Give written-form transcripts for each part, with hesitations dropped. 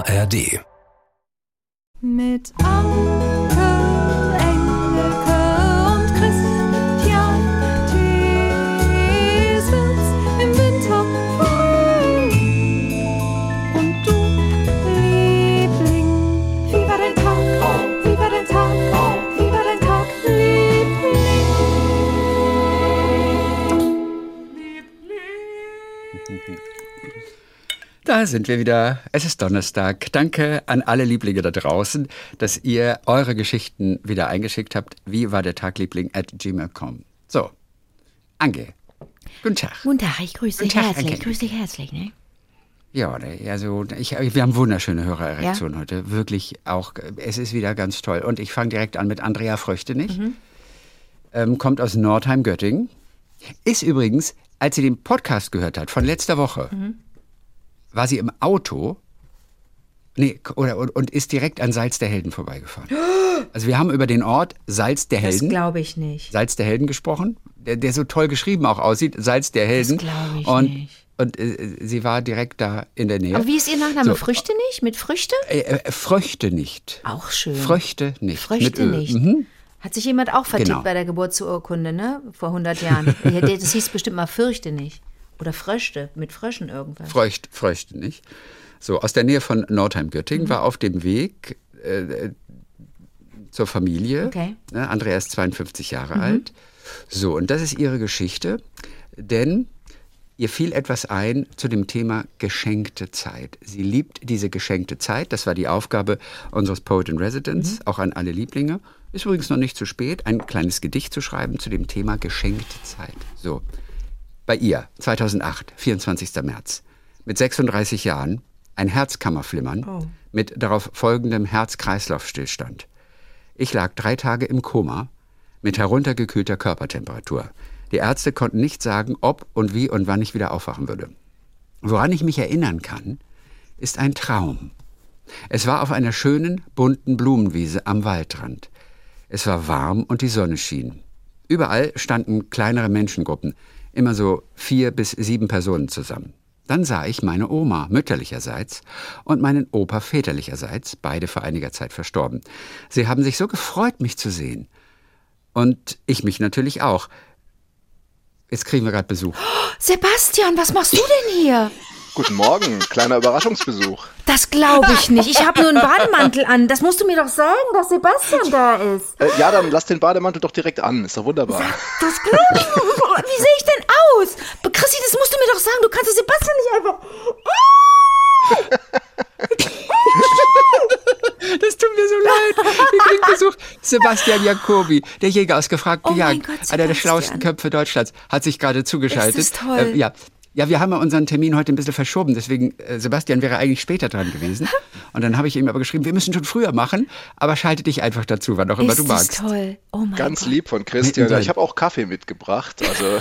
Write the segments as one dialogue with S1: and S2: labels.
S1: ARD.
S2: Mit Anke, Engelke und Christian Thiesens im Winter früh. Und du, Liebling, wie war dein Tag? Wie war dein Tag? Wie war dein Tag, Liebling?
S3: Da sind wir wieder. Es ist Donnerstag. Danke an alle Lieblinge da draußen, dass ihr eure Geschichten wieder eingeschickt habt. Wie war der Tag, Liebling@gmail.com. So, Anke. Guten Tag.
S4: Guten Tag, ich grüße dich herzlich. Ich grüße dich herzlich, ne?
S3: Ja, also wir haben wunderschöne Hörererektionen heute. Wirklich auch, es ist wieder ganz toll. Und ich fange direkt an mit Andrea Fröchtenich. Kommt aus Nordheim-Göttingen. Ist übrigens, als sie den Podcast gehört hat von letzter Woche, war sie im Auto und ist direkt an Salz der Helden vorbeigefahren. Also wir haben über den Ort Salz der Helden.
S4: Das glaube ich nicht.
S3: Salz der Helden gesprochen, der so toll geschrieben auch aussieht, Salz der Helden.
S4: Das glaube ich nicht.
S3: Und sie war direkt da in der Nähe.
S4: Aber wie ist ihr Nachname?
S3: So.
S4: Früchte nicht? Mit Früchte?
S3: Fröchte nicht.
S4: Auch schön.
S3: Fröchte nicht.
S4: Fröchte
S3: mit Ö.
S4: nicht. Hat sich jemand auch vertippt
S3: Genau.
S4: bei der Geburtsurkunde, ne? Vor 100 Jahren. Das hieß bestimmt mal Fürchte nicht. Oder Fröschte, mit Fröschen irgendwas.
S3: Fröchte nicht. So, aus der Nähe von Nordheim-Göttingen, war auf dem Weg zur Familie.
S4: Okay.
S3: Ne, Andrea ist 52 Jahre alt. So, und das ist ihre Geschichte, denn ihr fiel etwas ein zu dem Thema geschenkte Zeit. Sie liebt diese geschenkte Zeit. Das war die Aufgabe unseres Poet in Residence, auch an alle Lieblinge. Ist übrigens noch nicht zu spät, ein kleines Gedicht zu schreiben zu dem Thema geschenkte Zeit. So. Bei ihr, 2008, 24. März, mit 36 Jahren, ein Herzkammerflimmern mit darauf folgendem Herz-Kreislauf-Stillstand. Ich lag 3 Tage im Koma mit heruntergekühlter Körpertemperatur. Die Ärzte konnten nicht sagen, ob und wie und wann ich wieder aufwachen würde. Woran ich mich erinnern kann, ist ein Traum. Es war auf einer schönen, bunten Blumenwiese am Waldrand. Es war warm und die Sonne schien. Überall standen kleinere Menschengruppen, immer so 4 bis 7 Personen zusammen. Dann sah ich meine Oma mütterlicherseits und meinen Opa väterlicherseits, beide vor einiger Zeit verstorben. Sie haben sich so gefreut, mich zu sehen. Und ich mich natürlich auch. Jetzt kriegen wir gerade Besuch.
S4: Sebastian, was machst du denn hier?
S5: Guten Morgen, kleiner Überraschungsbesuch.
S4: Das glaube ich nicht. Ich habe nur einen Bademantel an. Das musst du mir doch sagen, dass Sebastian da ist.
S5: Ja, dann lass den Bademantel doch direkt an. Ist doch wunderbar.
S4: Das glaube ich nicht. Wie sehe ich denn aus? Chrissy, das musst du mir doch sagen. Du kannst doch Sebastian nicht einfach...
S3: Das tut mir so leid. Wir kriegen Besuch. Sebastian Jacobi, der Jäger aus Gefragt gejagt,
S4: Gott,
S3: einer der
S4: Sebastian.
S3: schlauesten Köpfe Deutschlands, hat sich gerade zugeschaltet.
S4: Ist das toll.
S3: Ja, wir haben ja unseren Termin heute ein bisschen verschoben, deswegen Sebastian wäre eigentlich später dran gewesen. Und dann habe ich ihm aber geschrieben, wir müssen schon früher machen, aber schalte dich einfach dazu, wann auch immer du magst.
S4: Ist das toll. Oh mein
S5: Ganz
S4: Gott.
S5: lieb von Christian. Ja, ich habe auch Kaffee mitgebracht. Also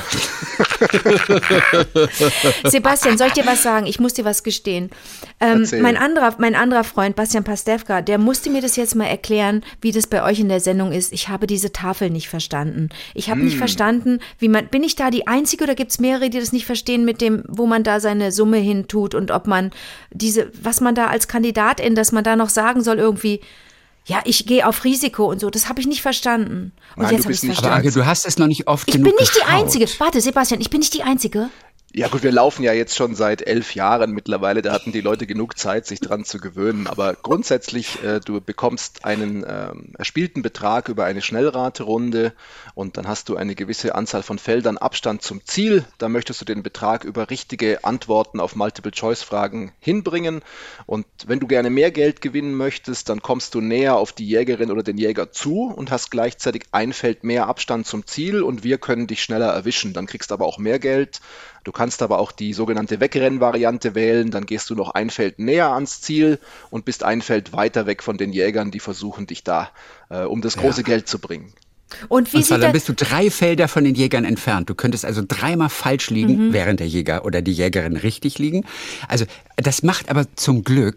S4: Sebastian, soll ich dir was sagen? Ich muss dir was gestehen.
S5: Erzähl.
S4: Mein anderer Freund, Bastian Pastewka, der musste mir das jetzt mal erklären, wie das bei euch in der Sendung ist. Ich habe diese Tafel nicht verstanden. Ich habe nicht verstanden, bin ich da die Einzige oder gibt es mehrere, die das nicht verstehen mit dem, wo man da seine Summe hin tut und ob man was man da als Kandidatin, dass man da noch sagen soll irgendwie, ja, ich gehe auf Risiko und so, das habe ich nicht verstanden. Und
S5: Nein,
S4: jetzt
S5: du
S4: habe ich
S5: bist nicht
S3: Aber Anke, du hast es noch nicht oft
S4: Ich
S3: genug
S4: bin nicht die
S3: geschaut.
S4: Einzige. Warte, Sebastian, ich bin nicht die Einzige.
S5: ja gut, wir laufen ja jetzt schon seit 11 Jahren mittlerweile. Da hatten die Leute genug Zeit, sich dran zu gewöhnen. Aber grundsätzlich, du bekommst einen erspielten Betrag über eine Schnellraterunde und dann hast du eine gewisse Anzahl von Feldern Abstand zum Ziel. Da möchtest du den Betrag über richtige Antworten auf Multiple-Choice-Fragen hinbringen. Und wenn du gerne mehr Geld gewinnen möchtest, dann kommst du näher auf die Jägerin oder den Jäger zu und hast gleichzeitig ein Feld mehr Abstand zum Ziel und wir können dich schneller erwischen. Dann kriegst du aber auch mehr Geld. Du kannst aber auch die sogenannte Wegrennen-Variante wählen, dann gehst du noch ein Feld näher ans Ziel und bist ein Feld weiter weg von den Jägern, die versuchen dich da um das große Geld zu bringen.
S4: Und wie
S3: Und zwar,
S4: sieht
S3: dann
S4: das...
S3: bist du 3 Felder von den Jägern entfernt. Du könntest also 3-mal falsch liegen, während der Jäger oder die Jägerin richtig liegen. Also das macht aber zum Glück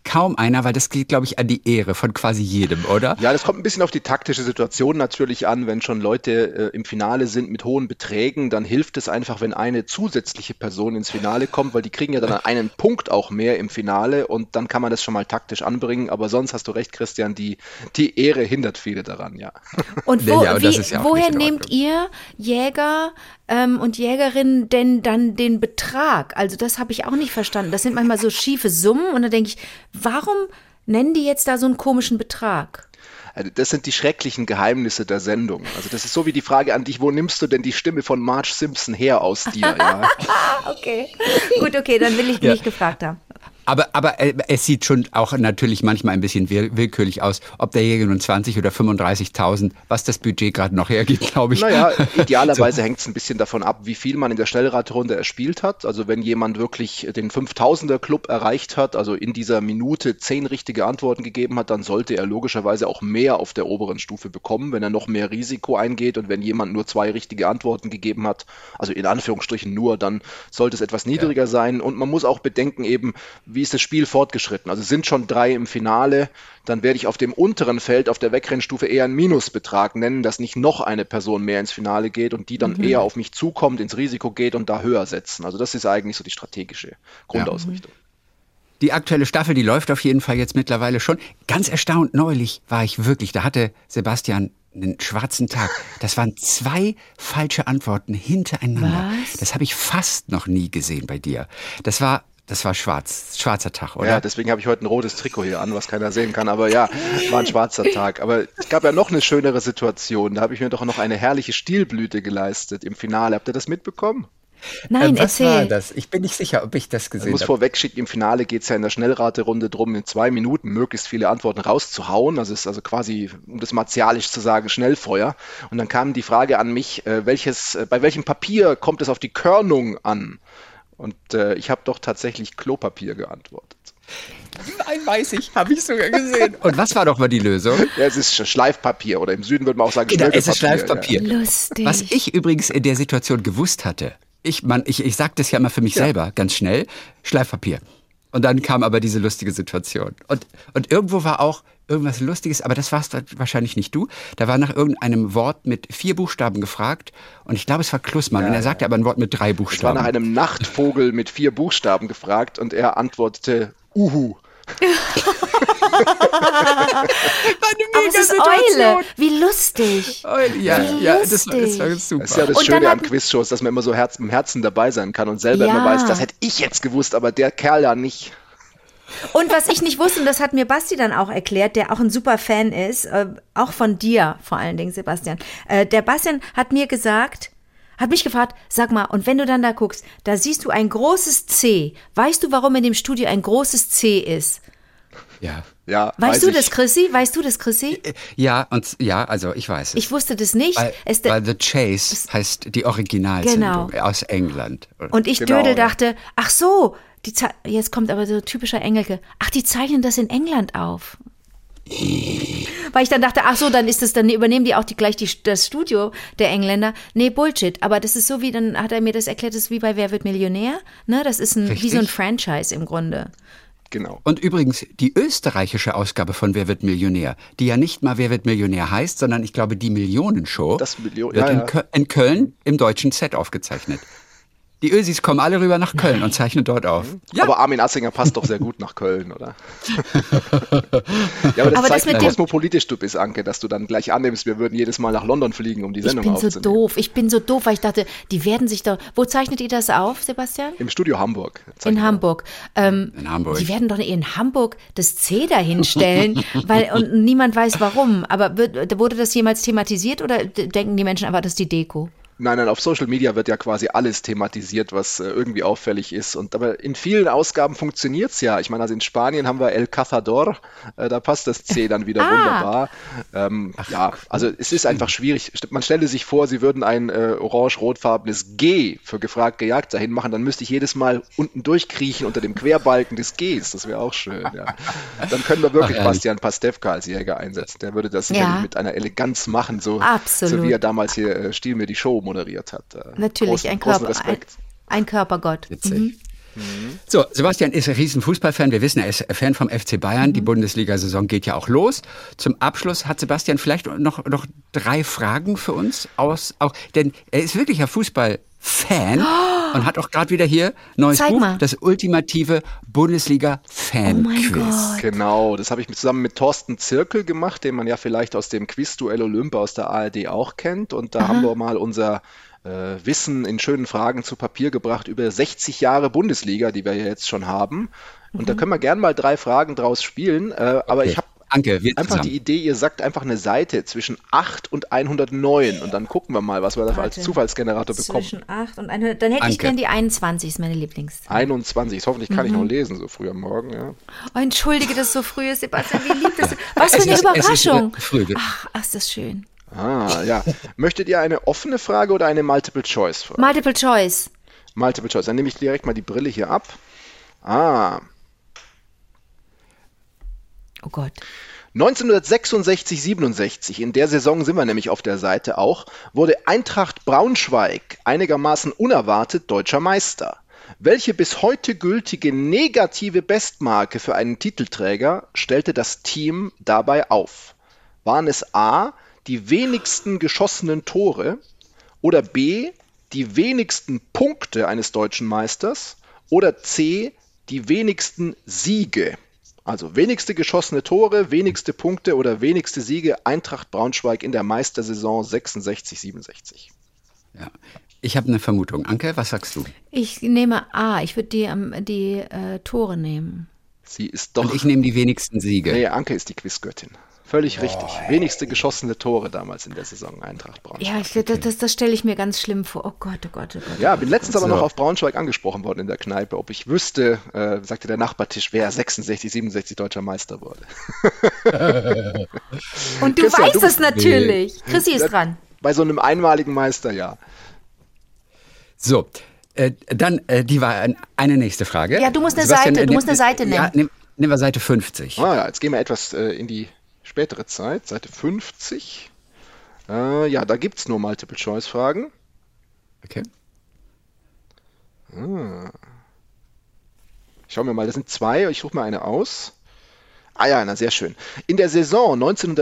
S3: kaum einer, weil das geht, glaube ich, an die Ehre von quasi jedem, oder?
S5: Ja, das kommt ein bisschen auf die taktische Situation natürlich an. Wenn schon Leute im Finale sind mit hohen Beträgen, dann hilft es einfach, wenn eine zusätzliche Person ins Finale kommt, weil die kriegen ja dann einen Punkt auch mehr im Finale und dann kann man das schon mal taktisch anbringen. Aber sonst hast du recht, Christian, die Ehre hindert viele daran, ja.
S4: Und woher nehmt ihr Jäger und Jägerinnen denn dann den Betrag? Also das habe ich auch nicht verstanden. Das sind manchmal so schiefe Summen und dann denke ich, warum nennen die jetzt da so einen komischen Betrag?
S5: Also das sind die schrecklichen Geheimnisse der Sendung. Also das ist so wie die Frage an dich, wo nimmst du denn die Stimme von Marge Simpson her aus dir? Ja?
S4: Okay, gut, okay, dann will ich nicht gefragt haben.
S3: Aber es sieht schon auch natürlich manchmal ein bisschen willkürlich aus, ob der Jäger nun 20 oder 35.000, was das Budget gerade noch hergibt, glaube ich.
S5: Naja, idealerweise hängt es ein bisschen davon ab, wie viel man in der Schnellraterunde erspielt hat. Also wenn jemand wirklich den 5000er Club erreicht hat, also in dieser Minute 10 richtige Antworten gegeben hat, dann sollte er logischerweise auch mehr auf der oberen Stufe bekommen, wenn er noch mehr Risiko eingeht. Und wenn jemand nur 2 richtige Antworten gegeben hat, also in Anführungsstrichen nur, dann sollte es etwas niedriger sein. Und man muss auch bedenken eben, wie ist das Spiel fortgeschritten? Also sind schon 3 im Finale, dann werde ich auf dem unteren Feld, auf der Wegrennstufe eher einen Minusbetrag nennen, dass nicht noch eine Person mehr ins Finale geht und die dann eher auf mich zukommt, ins Risiko geht und da höher setzen. Also das ist eigentlich so die strategische Grundausrichtung.
S3: Ja. Die aktuelle Staffel, die läuft auf jeden Fall jetzt mittlerweile schon. Ganz erstaunt, neulich war ich wirklich, da hatte Sebastian einen schwarzen Tag. Das waren 2 falsche Antworten hintereinander.
S4: Was?
S3: Das habe ich fast noch nie gesehen bei dir. Das war schwarzer Tag, oder?
S5: Ja, deswegen habe ich heute ein rotes Trikot hier an, was keiner sehen kann. Aber ja, war ein schwarzer Tag. Aber es gab ja noch eine schönere Situation. Da habe ich mir doch noch eine herrliche Stilblüte geleistet im Finale. Habt ihr das mitbekommen?
S4: Nein,
S3: was
S4: erzähl.
S3: war das? Ich bin nicht sicher, ob ich das gesehen
S5: Ich muss
S3: habe.
S5: vorweg schicken, im Finale geht es ja in der Schnellraterunde darum, in 2 Minuten möglichst viele Antworten rauszuhauen. Das ist also quasi, um das martialisch zu sagen, Schnellfeuer. Und dann kam die Frage an mich, bei welchem Papier kommt es auf die Körnung an? Und ich habe doch tatsächlich Klopapier geantwortet.
S3: Nein, weiß ich, habe ich sogar gesehen. Und was war doch mal die Lösung?
S5: Ja, es ist Schleifpapier oder im Süden würde man auch sagen
S3: Genau, es ist
S5: Schmirgelpapier.
S3: Schleifpapier.
S5: Ja.
S4: Lustig.
S3: Was ich übrigens in der Situation gewusst hatte, ich sage das ja immer für mich selber, ganz schnell, Schleifpapier. Und dann kam aber diese lustige Situation. Und irgendwo war auch irgendwas Lustiges, aber das warst wahrscheinlich nicht du. Da war nach irgendeinem Wort mit 4 Buchstaben gefragt und ich glaube, es war Klussmann. Und er sagte aber ein Wort mit 3
S5: Es war
S3: Buchstaben.
S5: nach einem Nachtvogel mit 4 Buchstaben gefragt und er antwortete Uhu.
S4: Aber es ist Eule. Wie lustig.
S3: Ja, das war super.
S5: Das ist ja das Schöne an Quizshows, dass man immer so im Herzen dabei sein kann und selber immer weiß, das hätte ich jetzt gewusst, aber der Kerl ja nicht.
S4: Und was ich nicht wusste, und das hat mir Basti dann auch erklärt, der auch ein super Fan ist, auch von dir vor allen Dingen, Sebastian. Der Bastian hat mich gefragt, sag mal, und wenn du dann da guckst, da siehst du ein großes C. Weißt du, warum in dem Studio ein großes C ist?
S3: Ja.
S5: Ja,
S4: Weißt du das, Chrissy?
S3: Ja, also ich weiß es.
S4: Ich wusste das nicht.
S3: Weil The Chase heißt die Originalsendung aus England.
S4: Und ich Dödel dachte, ach so, jetzt kommt aber so typischer Engelke, ach, die zeichnen das in England auf. Weil ich dann dachte, ach so, dann übernehmen die auch gleich das Studio der Engländer. Nee, Bullshit. Aber das ist so wie, dann hat er mir das erklärt, das ist wie bei Wer wird Millionär? Ne, das ist wie so ein Franchise im Grunde.
S5: Genau.
S3: Und übrigens, die österreichische Ausgabe von Wer wird Millionär, die ja nicht mal Wer wird Millionär heißt, sondern ich glaube, die Millionenshow, wird in Köln im deutschen Set aufgezeichnet. Die Ösis kommen alle rüber nach Köln und zeichnen dort auf.
S5: Ja. Aber Armin Assinger passt doch sehr gut nach Köln, oder? Ja, aber das zeigt, wie kosmopolitisch du bist, Anke, dass du dann gleich annimmst, wir würden jedes Mal nach London fliegen, um die Sendung aufzunehmen.
S4: Ich bin so doof, weil ich dachte, die werden sich doch... Wo zeichnet ihr das auf, Sebastian?
S5: Im Studio Hamburg.
S4: In Hamburg.
S3: In Hamburg.
S4: Die werden doch in Hamburg das C dahinstellen, und niemand weiß warum. Aber wurde das jemals thematisiert oder denken die Menschen einfach, das ist die Deko?
S5: Nein, auf Social Media wird ja quasi alles thematisiert, was irgendwie auffällig ist. Aber in vielen Ausgaben funktioniert es ja. Ich meine, also in Spanien haben wir El Cazador, da passt das C dann wieder wunderbar. Also es ist einfach schwierig. Man stelle sich vor, sie würden ein orange-rotfarbenes G für gefragt, gejagt dahin machen, dann müsste ich jedes Mal unten durchkriechen unter dem Querbalken des Gs. Das wäre auch schön. Ja. Dann können wir wirklich Bastian Pastewka als Jäger einsetzen. Der würde das sicherlich mit einer Eleganz machen, so wie er damals hier Stiehl mir die Show moderiert hat.
S4: Natürlich,
S5: großen Respekt.
S4: Ein Körpergott.
S3: Witzig. So, Sebastian ist ein riesen Fußballfan. Wir wissen, er ist Fan vom FC Bayern. Die Bundesliga-Saison geht ja auch los. Zum Abschluss hat Sebastian vielleicht noch 3 Fragen für uns denn er ist wirklich ein Fußballfan und hat auch gerade wieder hier neues
S4: Zeig
S3: Buch,
S4: mal.
S3: das ultimative Bundesliga-Fan-Quiz.
S4: Oh mein Gott.
S5: Genau, das habe ich zusammen mit Thorsten Zirkel gemacht, den man ja vielleicht aus dem Quizduell Olymp aus der ARD auch kennt. Und da haben wir mal unser Wissen in schönen Fragen zu Papier gebracht über 60 Jahre Bundesliga, die wir ja jetzt schon haben. Und da können wir gern mal 3 Fragen draus spielen. Aber ich habe
S3: Anke, wir
S5: einfach
S3: zusammen.
S5: die Idee, ihr sagt einfach eine Seite zwischen 8 und 109 und dann gucken wir mal, was wir da als
S4: Warte.
S5: Zufallsgenerator bekommen.
S4: Zwischen 8 und 100. Dann hätte ich
S3: Anke.
S4: gern die 21, ist meine Lieblings.
S5: 21, hoffentlich kann ich noch lesen, so früh am Morgen. Ja.
S4: Oh, entschuldige, dass es so früh ist, Sebastian. Wie lieb das ist. Was für
S3: Es
S4: eine
S3: ist
S4: Überraschung.
S3: früh.
S4: Ach, ist das schön.
S5: Ja. Möchtet ihr eine offene Frage oder eine Multiple-Choice-Frage?
S4: Multiple Choice.
S5: Multiple Choice. Dann nehme ich direkt mal die Brille hier ab.
S4: Oh Gott.
S5: 1966, 67, in der Saison sind wir nämlich auf der Seite auch, wurde Eintracht Braunschweig einigermaßen unerwartet deutscher Meister. Welche bis heute gültige negative Bestmarke für einen Titelträger stellte das Team dabei auf? Waren es A, die wenigsten geschossenen Tore oder B, die wenigsten Punkte eines deutschen Meisters oder C, die wenigsten Siege? Also wenigste geschossene Tore, wenigste Punkte oder wenigste Siege Eintracht Braunschweig in der Meistersaison 66, 67.
S3: Ja. Ich habe eine Vermutung. Anke, was sagst du?
S4: Ich nehme A. Ich würde die Tore nehmen.
S5: Sie ist doch...
S3: Und ich nehme die wenigsten Siege.
S5: Nee, Anke ist die Quizgöttin. Völlig richtig. Wenigste geschossene Tore damals in der Saison Eintracht Braunschweig.
S4: Ja, das stelle ich mir ganz schlimm vor. Oh Gott, oh Gott, oh Gott.
S5: Ja, bin letztens aber
S3: So.
S5: noch auf Braunschweig angesprochen worden in der Kneipe, ob ich wüsste, sagte der Nachbartisch, wer 66, 67 deutscher Meister wurde.
S4: Und du
S5: Christian,
S4: weißt
S5: du
S4: es natürlich. Chrissy ist dran.
S5: Bei so einem einmaligen Meister, ja.
S3: So, dann die war eine nächste Frage.
S4: Ja, du musst eine
S3: Sebastian,
S4: Seite, du musst eine Seite
S3: Ja,
S4: nennen.
S3: nehmen wir Seite 50.
S5: Ja, jetzt gehen wir etwas in die spätere Zeit, Seite 50. Ja, da gibt es nur Multiple-Choice-Fragen.
S3: Okay.
S5: Schauen wir mal, das sind 2, ich suche mal eine aus. Ah ja, na sehr schön. In der Saison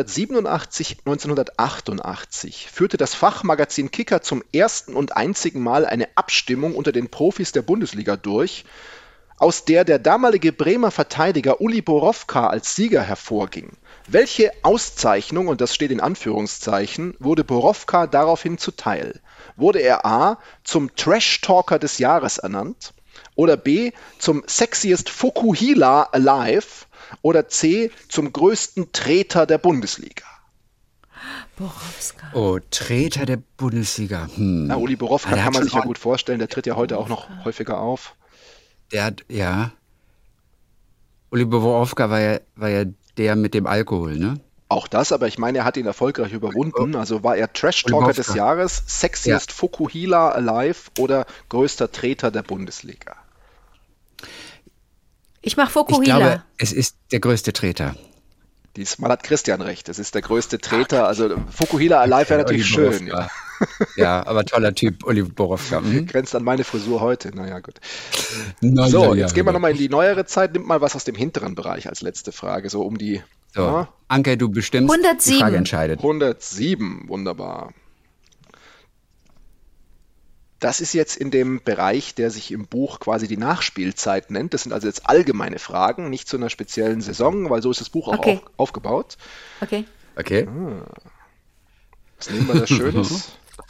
S5: 1987-1988 führte das Fachmagazin Kicker zum ersten und einzigen Mal eine Abstimmung unter den Profis der Bundesliga durch, aus der der damalige Bremer Verteidiger Uli Borowka als Sieger hervorging. Welche Auszeichnung, und das steht in Anführungszeichen, wurde Borowka daraufhin zuteil? Wurde er A. zum Trash-Talker des Jahres ernannt? Oder B. zum Sexiest Fukuhila Alive? Oder C. zum größten Treter der Bundesliga?
S4: Borowska.
S3: Oh, Treter der Bundesliga.
S5: Na, Uli Borowka
S3: der
S5: kann
S3: hat
S5: man
S3: schon
S5: sich ja
S3: auch-
S5: gut vorstellen, der tritt ja heute auch noch häufiger auf.
S3: Der hat, ja. Uli Borowka war ja der mit dem Alkohol, ne?
S5: Auch das, aber ich meine, er hat ihn erfolgreich überwunden. Also war er Trash-Talker
S3: Borowka.
S5: des Jahres, Sexiest Fukuhila Alive oder größter Treter der Bundesliga?
S4: Ich mache
S3: Ich
S4: Fokuhila.
S3: glaube, es ist der größte Treter.
S5: Diesmal hat Christian recht, das ist der größte Treter. Also Fukuhila Alive wäre natürlich
S3: Uli
S5: schön. Ja.
S3: Borowka. Ja, aber toller Typ, Uli Borowka. Mhm.
S5: Grenzt an meine Frisur heute. Naja, gut.
S3: Na,
S5: So,
S3: ja,
S5: jetzt gehen wir
S3: ja.
S5: nochmal in die neuere Zeit. Nimmt mal was aus dem hinteren Bereich als letzte Frage. So um die
S3: So,
S5: ja,
S3: Anke, du bestimmst.
S4: 107.
S3: Die Frage entscheidet.
S5: 107. Wunderbar. Das ist jetzt in dem Bereich, der sich im Buch quasi die Nachspielzeit nennt. Das sind also jetzt allgemeine Fragen, nicht zu einer speziellen Saison, weil so ist das Buch auch
S4: Okay.
S5: aufgebaut.
S4: Okay.
S3: Okay.
S5: Was nehmen wir da Schönes?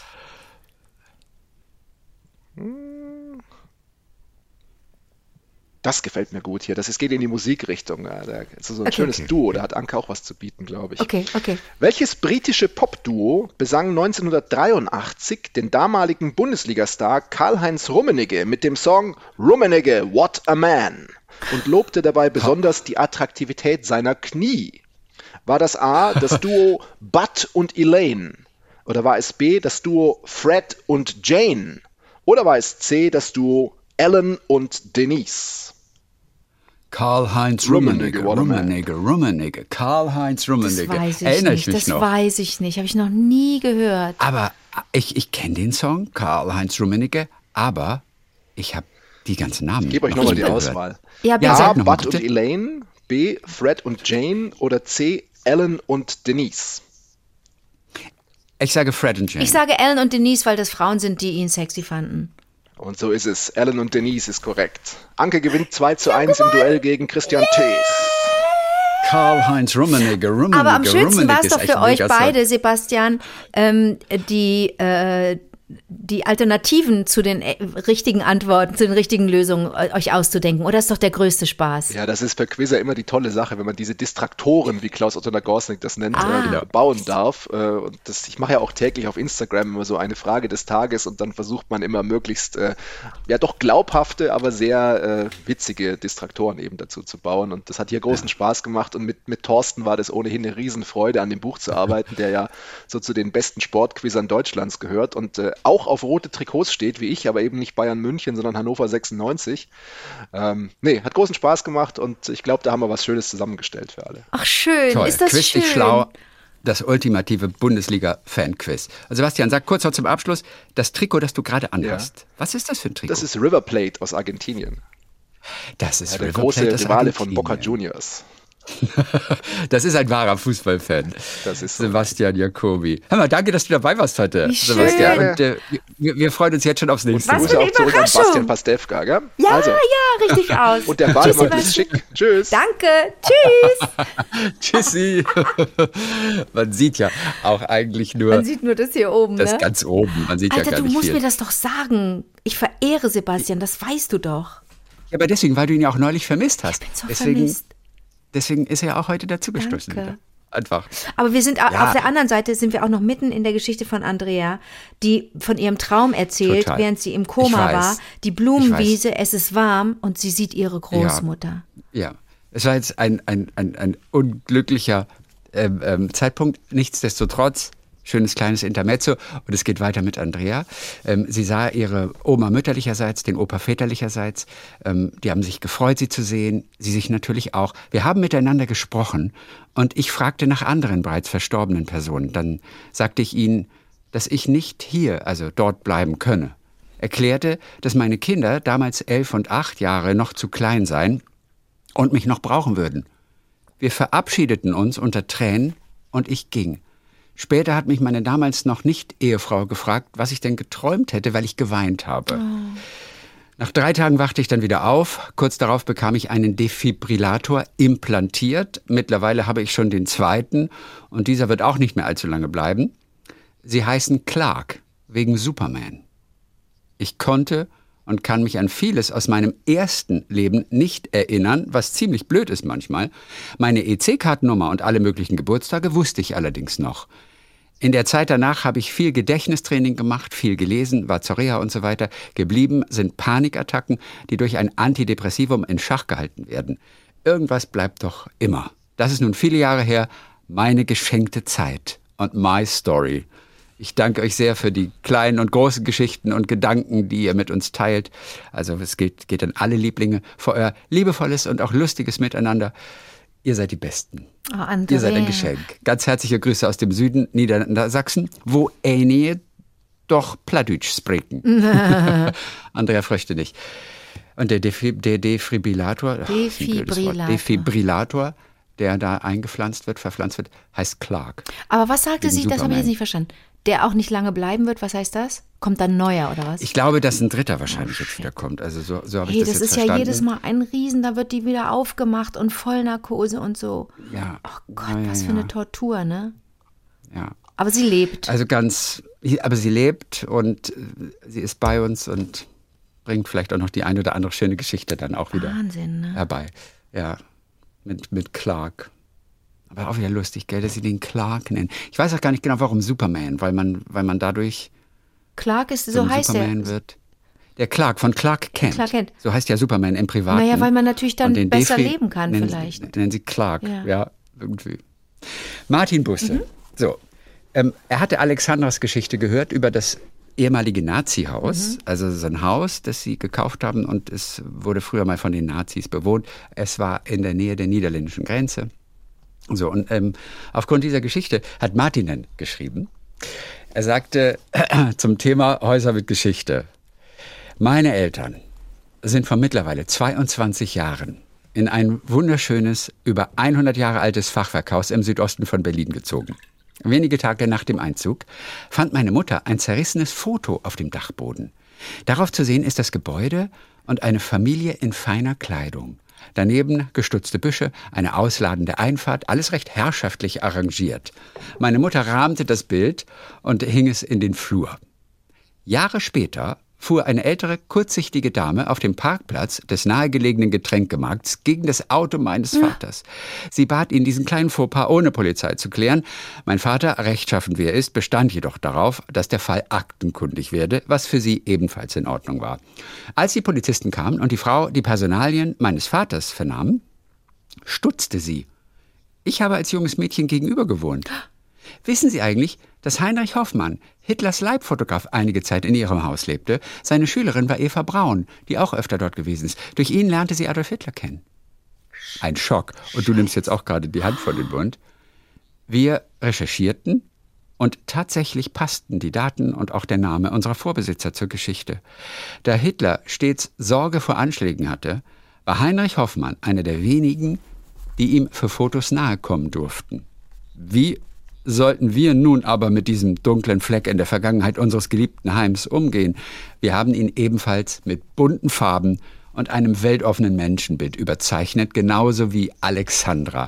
S5: Das gefällt mir gut hier. Es geht in die Musikrichtung. Ja, das ist so ein
S4: Okay.
S5: schönes Duo. Da hat Anke auch was zu bieten, glaube ich.
S4: Okay.
S5: Welches britische Popduo besang 1983 den damaligen Bundesligastar Karl-Heinz Rummenigge mit dem Song Rummenigge, What a Man und lobte dabei besonders die Attraktivität seiner Knie? War das A, das Duo Bud und Elaine? Oder war es B, das Duo Fred und Jane? Oder war es C, das Duo Alan und Denise?
S3: Karl-Heinz
S5: Rummenigge,
S3: Rummenigge,
S5: what a man.
S3: Karl-Heinz
S4: Das
S3: Rummenigge.
S4: weiß ich
S3: Erinnere
S4: nicht.
S3: ich mich
S4: Das
S3: noch.
S4: weiß ich nicht. Habe ich noch nie gehört.
S3: Aber ich kenne den Song, Karl-Heinz Rummenigge, aber ich habe die ganzen Namen.
S5: Ich gebe euch nochmal die Auswahl.
S4: Ja, bitte.
S3: Ja,
S5: A.
S3: sag noch mal,
S5: Bud und
S3: bitte.
S5: Elaine, B. Fred und Jane oder C. Ellen und Denise.
S3: Ich sage Fred und Jane.
S4: Ich sage Ellen und Denise, weil das Frauen sind, die ihn sexy fanden.
S5: Und so ist es. Ellen und Denise ist korrekt. Anke gewinnt 2:1 im Duell gegen Christian Thees.
S3: Karl-Heinz Rummenigge.
S4: Aber am schönsten war es
S3: ist
S4: doch
S3: echt
S4: für
S3: ein
S4: euch
S3: Megastar.
S4: beide, Sebastian, die Alternativen zu den richtigen Antworten, zu den richtigen Lösungen euch auszudenken. Oder ist doch der größte Spaß?
S5: Ja, das ist für Quizzer immer die tolle Sache, wenn man diese Distraktoren, wie Klaus Otto Nagorsnik das nennt, bauen darf. Und ich mache ja auch täglich auf Instagram immer so eine Frage des Tages und dann versucht man immer möglichst, doch glaubhafte, aber sehr witzige Distraktoren eben dazu zu bauen. Und das hat hier großen Spaß gemacht und mit Thorsten war das ohnehin eine Riesenfreude, an dem Buch zu arbeiten, der ja so zu den besten Sportquizzern Deutschlands gehört und auch auf rote Trikots steht, wie ich, aber eben nicht Bayern München, sondern Hannover 96. Hat großen Spaß gemacht und ich glaube, da haben wir was Schönes zusammengestellt für alle.
S4: Ach schön,
S3: Toll.
S4: ist das
S3: Quiz
S4: schön.
S3: dich schlau. Das ultimative Bundesliga-Fan-Quiz. Also Sebastian, sag kurz noch zum Abschluss, das Trikot, das du gerade anhast. Was ist das für ein Trikot?
S5: Das ist River Plate aus Argentinien.
S3: Das ist
S5: Der
S3: River
S5: große
S3: Plate aus
S5: Rivale von
S3: Argentinien.
S5: Boca Juniors.
S3: Das ist ein wahrer Fußballfan.
S5: Das ist so.
S3: Sebastian Jacobi. Hör mal, danke, dass du dabei warst heute,
S4: Wie schön.
S3: Sebastian. Und, wir freuen uns jetzt schon aufs nächste
S4: Was
S3: Mal.
S4: für eine
S5: Grüße auch zu unserem
S4: Überraschung.
S5: Bastian Pastewka, gell?
S4: Ja,
S5: Also,
S4: ja, richtig aus.
S5: und der
S4: Tschüss,
S5: Bademann ist
S4: Sebastian.
S5: schick. Tschüss.
S4: Danke, tschüss.
S3: Tschüssi. Man sieht ja auch eigentlich nur
S4: Man sieht nur das hier oben,
S3: das
S4: ne?
S3: ganz oben. Man sieht
S4: Alter,
S3: ja gar
S4: du
S3: nicht
S4: musst
S3: viel.
S4: mir das doch sagen. Ich verehre Sebastian, das weißt du doch.
S3: Ja, aber deswegen, weil du ihn ja auch neulich vermisst hast.
S4: Ich bin so
S3: deswegen,
S4: vermisst.
S3: deswegen ist er ja auch heute dazugestoßen.
S4: Danke.
S3: Wieder. Einfach.
S4: Aber wir sind
S3: Ja.
S4: auf der anderen Seite sind wir auch noch mitten in der Geschichte von Andrea, die von ihrem Traum erzählt,
S3: Total.
S4: während sie im Koma
S3: Ich weiß.
S4: war. Die Blumenwiese, es ist warm und sie sieht ihre Großmutter.
S3: Ja, es war jetzt ein unglücklicher Zeitpunkt. Nichtsdestotrotz, schönes kleines Intermezzo und es geht weiter mit Andrea. Sie sah ihre Oma mütterlicherseits, den Opa väterlicherseits. Die haben sich gefreut, sie zu sehen. Sie sich natürlich auch. Wir haben miteinander gesprochen und ich fragte nach anderen bereits verstorbenen Personen. Dann sagte ich ihnen, dass ich nicht hier, also dort bleiben könne. Erklärte, dass meine Kinder, damals 11 und 8 Jahre, noch zu klein seien und mich noch brauchen würden. Wir verabschiedeten uns unter Tränen und ich ging. Später hat mich meine damals noch nicht Ehefrau gefragt, was ich denn geträumt hätte, weil ich geweint habe. Nach 3 Tagen wachte ich dann wieder auf. Kurz darauf bekam ich einen Defibrillator implantiert. Mittlerweile habe ich schon den 2. und dieser wird auch nicht mehr allzu lange bleiben. Sie heißen Clark, wegen Superman. Ich konnte und kann mich an vieles aus meinem ersten Leben nicht erinnern, was ziemlich blöd ist manchmal. Meine EC-Kartennummer und alle möglichen Geburtstage wusste ich allerdings noch. In der Zeit danach habe ich viel Gedächtnistraining gemacht, viel gelesen, war zur Reha und so weiter. Geblieben sind Panikattacken, die durch ein Antidepressivum in Schach gehalten werden. Irgendwas bleibt doch immer. Das ist nun viele Jahre her, meine geschenkte Zeit und my story. Ich danke euch sehr für die kleinen und großen Geschichten und Gedanken, die ihr mit uns teilt. Also es geht an alle Lieblinge für euer liebevolles und auch lustiges Miteinander. Ihr seid die Besten.
S4: Oh, Andrea.
S3: Ihr seid ein Geschenk. Ganz herzliche Grüße aus dem Süden Niedersachsen, wo einige doch Plattdeutsch sprechen. Andrea fröchte nicht. Und der Defibrillator, Defibrillator, der da verpflanzt wird, heißt Clark.
S4: Aber was sagte
S3: Wegen
S4: sie, das habe ich
S3: Superman.
S4: jetzt nicht verstanden. Der auch nicht lange bleiben wird, was heißt das? Kommt dann neuer oder was?
S3: Ich glaube, dass ein dritter wahrscheinlich jetzt wieder kommt. Also so habe ich
S4: Hey,
S3: das
S4: das
S3: jetzt
S4: ist
S3: verstanden.
S4: ja jedes Mal ein Riesen, da wird die wieder aufgemacht und Vollnarkose und so.
S3: Ja.
S4: Oh Gott,
S3: Ja,
S4: was
S3: ja,
S4: für eine
S3: ja.
S4: Tortur, ne?
S3: Ja.
S4: Aber sie lebt.
S3: Also aber sie lebt und sie ist bei uns und bringt vielleicht auch noch die eine oder andere schöne Geschichte dann auch wieder
S4: Wahnsinn, ne?
S3: herbei. Ja, mit Clark. Aber auch wieder lustig, gell, dass sie den Clark nennen. Ich weiß auch gar nicht genau, warum Superman, weil man dadurch
S4: Clark ist,
S3: so
S4: so
S3: ein
S4: heißt
S3: Superman
S4: er.
S3: wird. Der Clark, von Clark Kent.
S4: Clark Kent.
S3: So heißt ja Superman im Privaten.
S4: Naja, weil man natürlich dann
S3: Und den
S4: besser
S3: Defi
S4: leben kann
S3: nennen,
S4: vielleicht.
S3: Nennen sie Clark,
S4: Ja.
S3: ja, irgendwie. Martin Busse. So, er hatte Alexandras Geschichte gehört über das ehemalige Nazi-Haus, also so ein Haus, das sie gekauft haben und es wurde früher mal von den Nazis bewohnt. Es war in der Nähe der niederländischen Grenze. So, und aufgrund dieser Geschichte hat Martin dann geschrieben. Er sagte zum Thema Häuser mit Geschichte: Meine Eltern sind vor mittlerweile 22 Jahren in ein wunderschönes, über 100 Jahre altes Fachwerkhaus im Südosten von Berlin gezogen. Wenige Tage nach dem Einzug fand meine Mutter ein zerrissenes Foto auf dem Dachboden. Darauf zu sehen ist das Gebäude und eine Familie in feiner Kleidung. Daneben gestutzte Büsche, eine ausladende Einfahrt, alles recht herrschaftlich arrangiert. Meine Mutter rahmte das Bild und hing es in den Flur. Jahre später fuhr eine ältere, kurzsichtige Dame auf dem Parkplatz des nahegelegenen Getränkemarkts gegen das Auto meines Vaters. Sie bat ihn, diesen kleinen Fauxpas ohne Polizei zu klären. Mein Vater, rechtschaffend wie er ist, bestand jedoch darauf, dass der Fall aktenkundig werde, was für sie ebenfalls in Ordnung war. Als die Polizisten kamen und die Frau die Personalien meines Vaters vernahm, stutzte sie. Ich habe als junges Mädchen gegenüber gewohnt. Wissen Sie eigentlich, dass Heinrich Hoffmann, Hitlers Leibfotograf, einige Zeit in ihrem Haus lebte? Seine Schülerin war Eva Braun, die auch öfter dort gewesen ist. Durch ihn lernte sie Adolf Hitler kennen. Ein Schock. Und du nimmst jetzt auch gerade die Hand vor den Mund. Wir recherchierten und tatsächlich passten die Daten und auch der Name unserer Vorbesitzer zur Geschichte. Da Hitler stets Sorge vor Anschlägen hatte, war Heinrich Hoffmann einer der wenigen, die ihm für Fotos nahe kommen durften. Wie sollten wir nun aber mit diesem dunklen Fleck in der Vergangenheit unseres geliebten Heims umgehen? Wir haben ihn ebenfalls mit bunten Farben und einem weltoffenen Menschenbild überzeichnet, genauso wie Alexandra.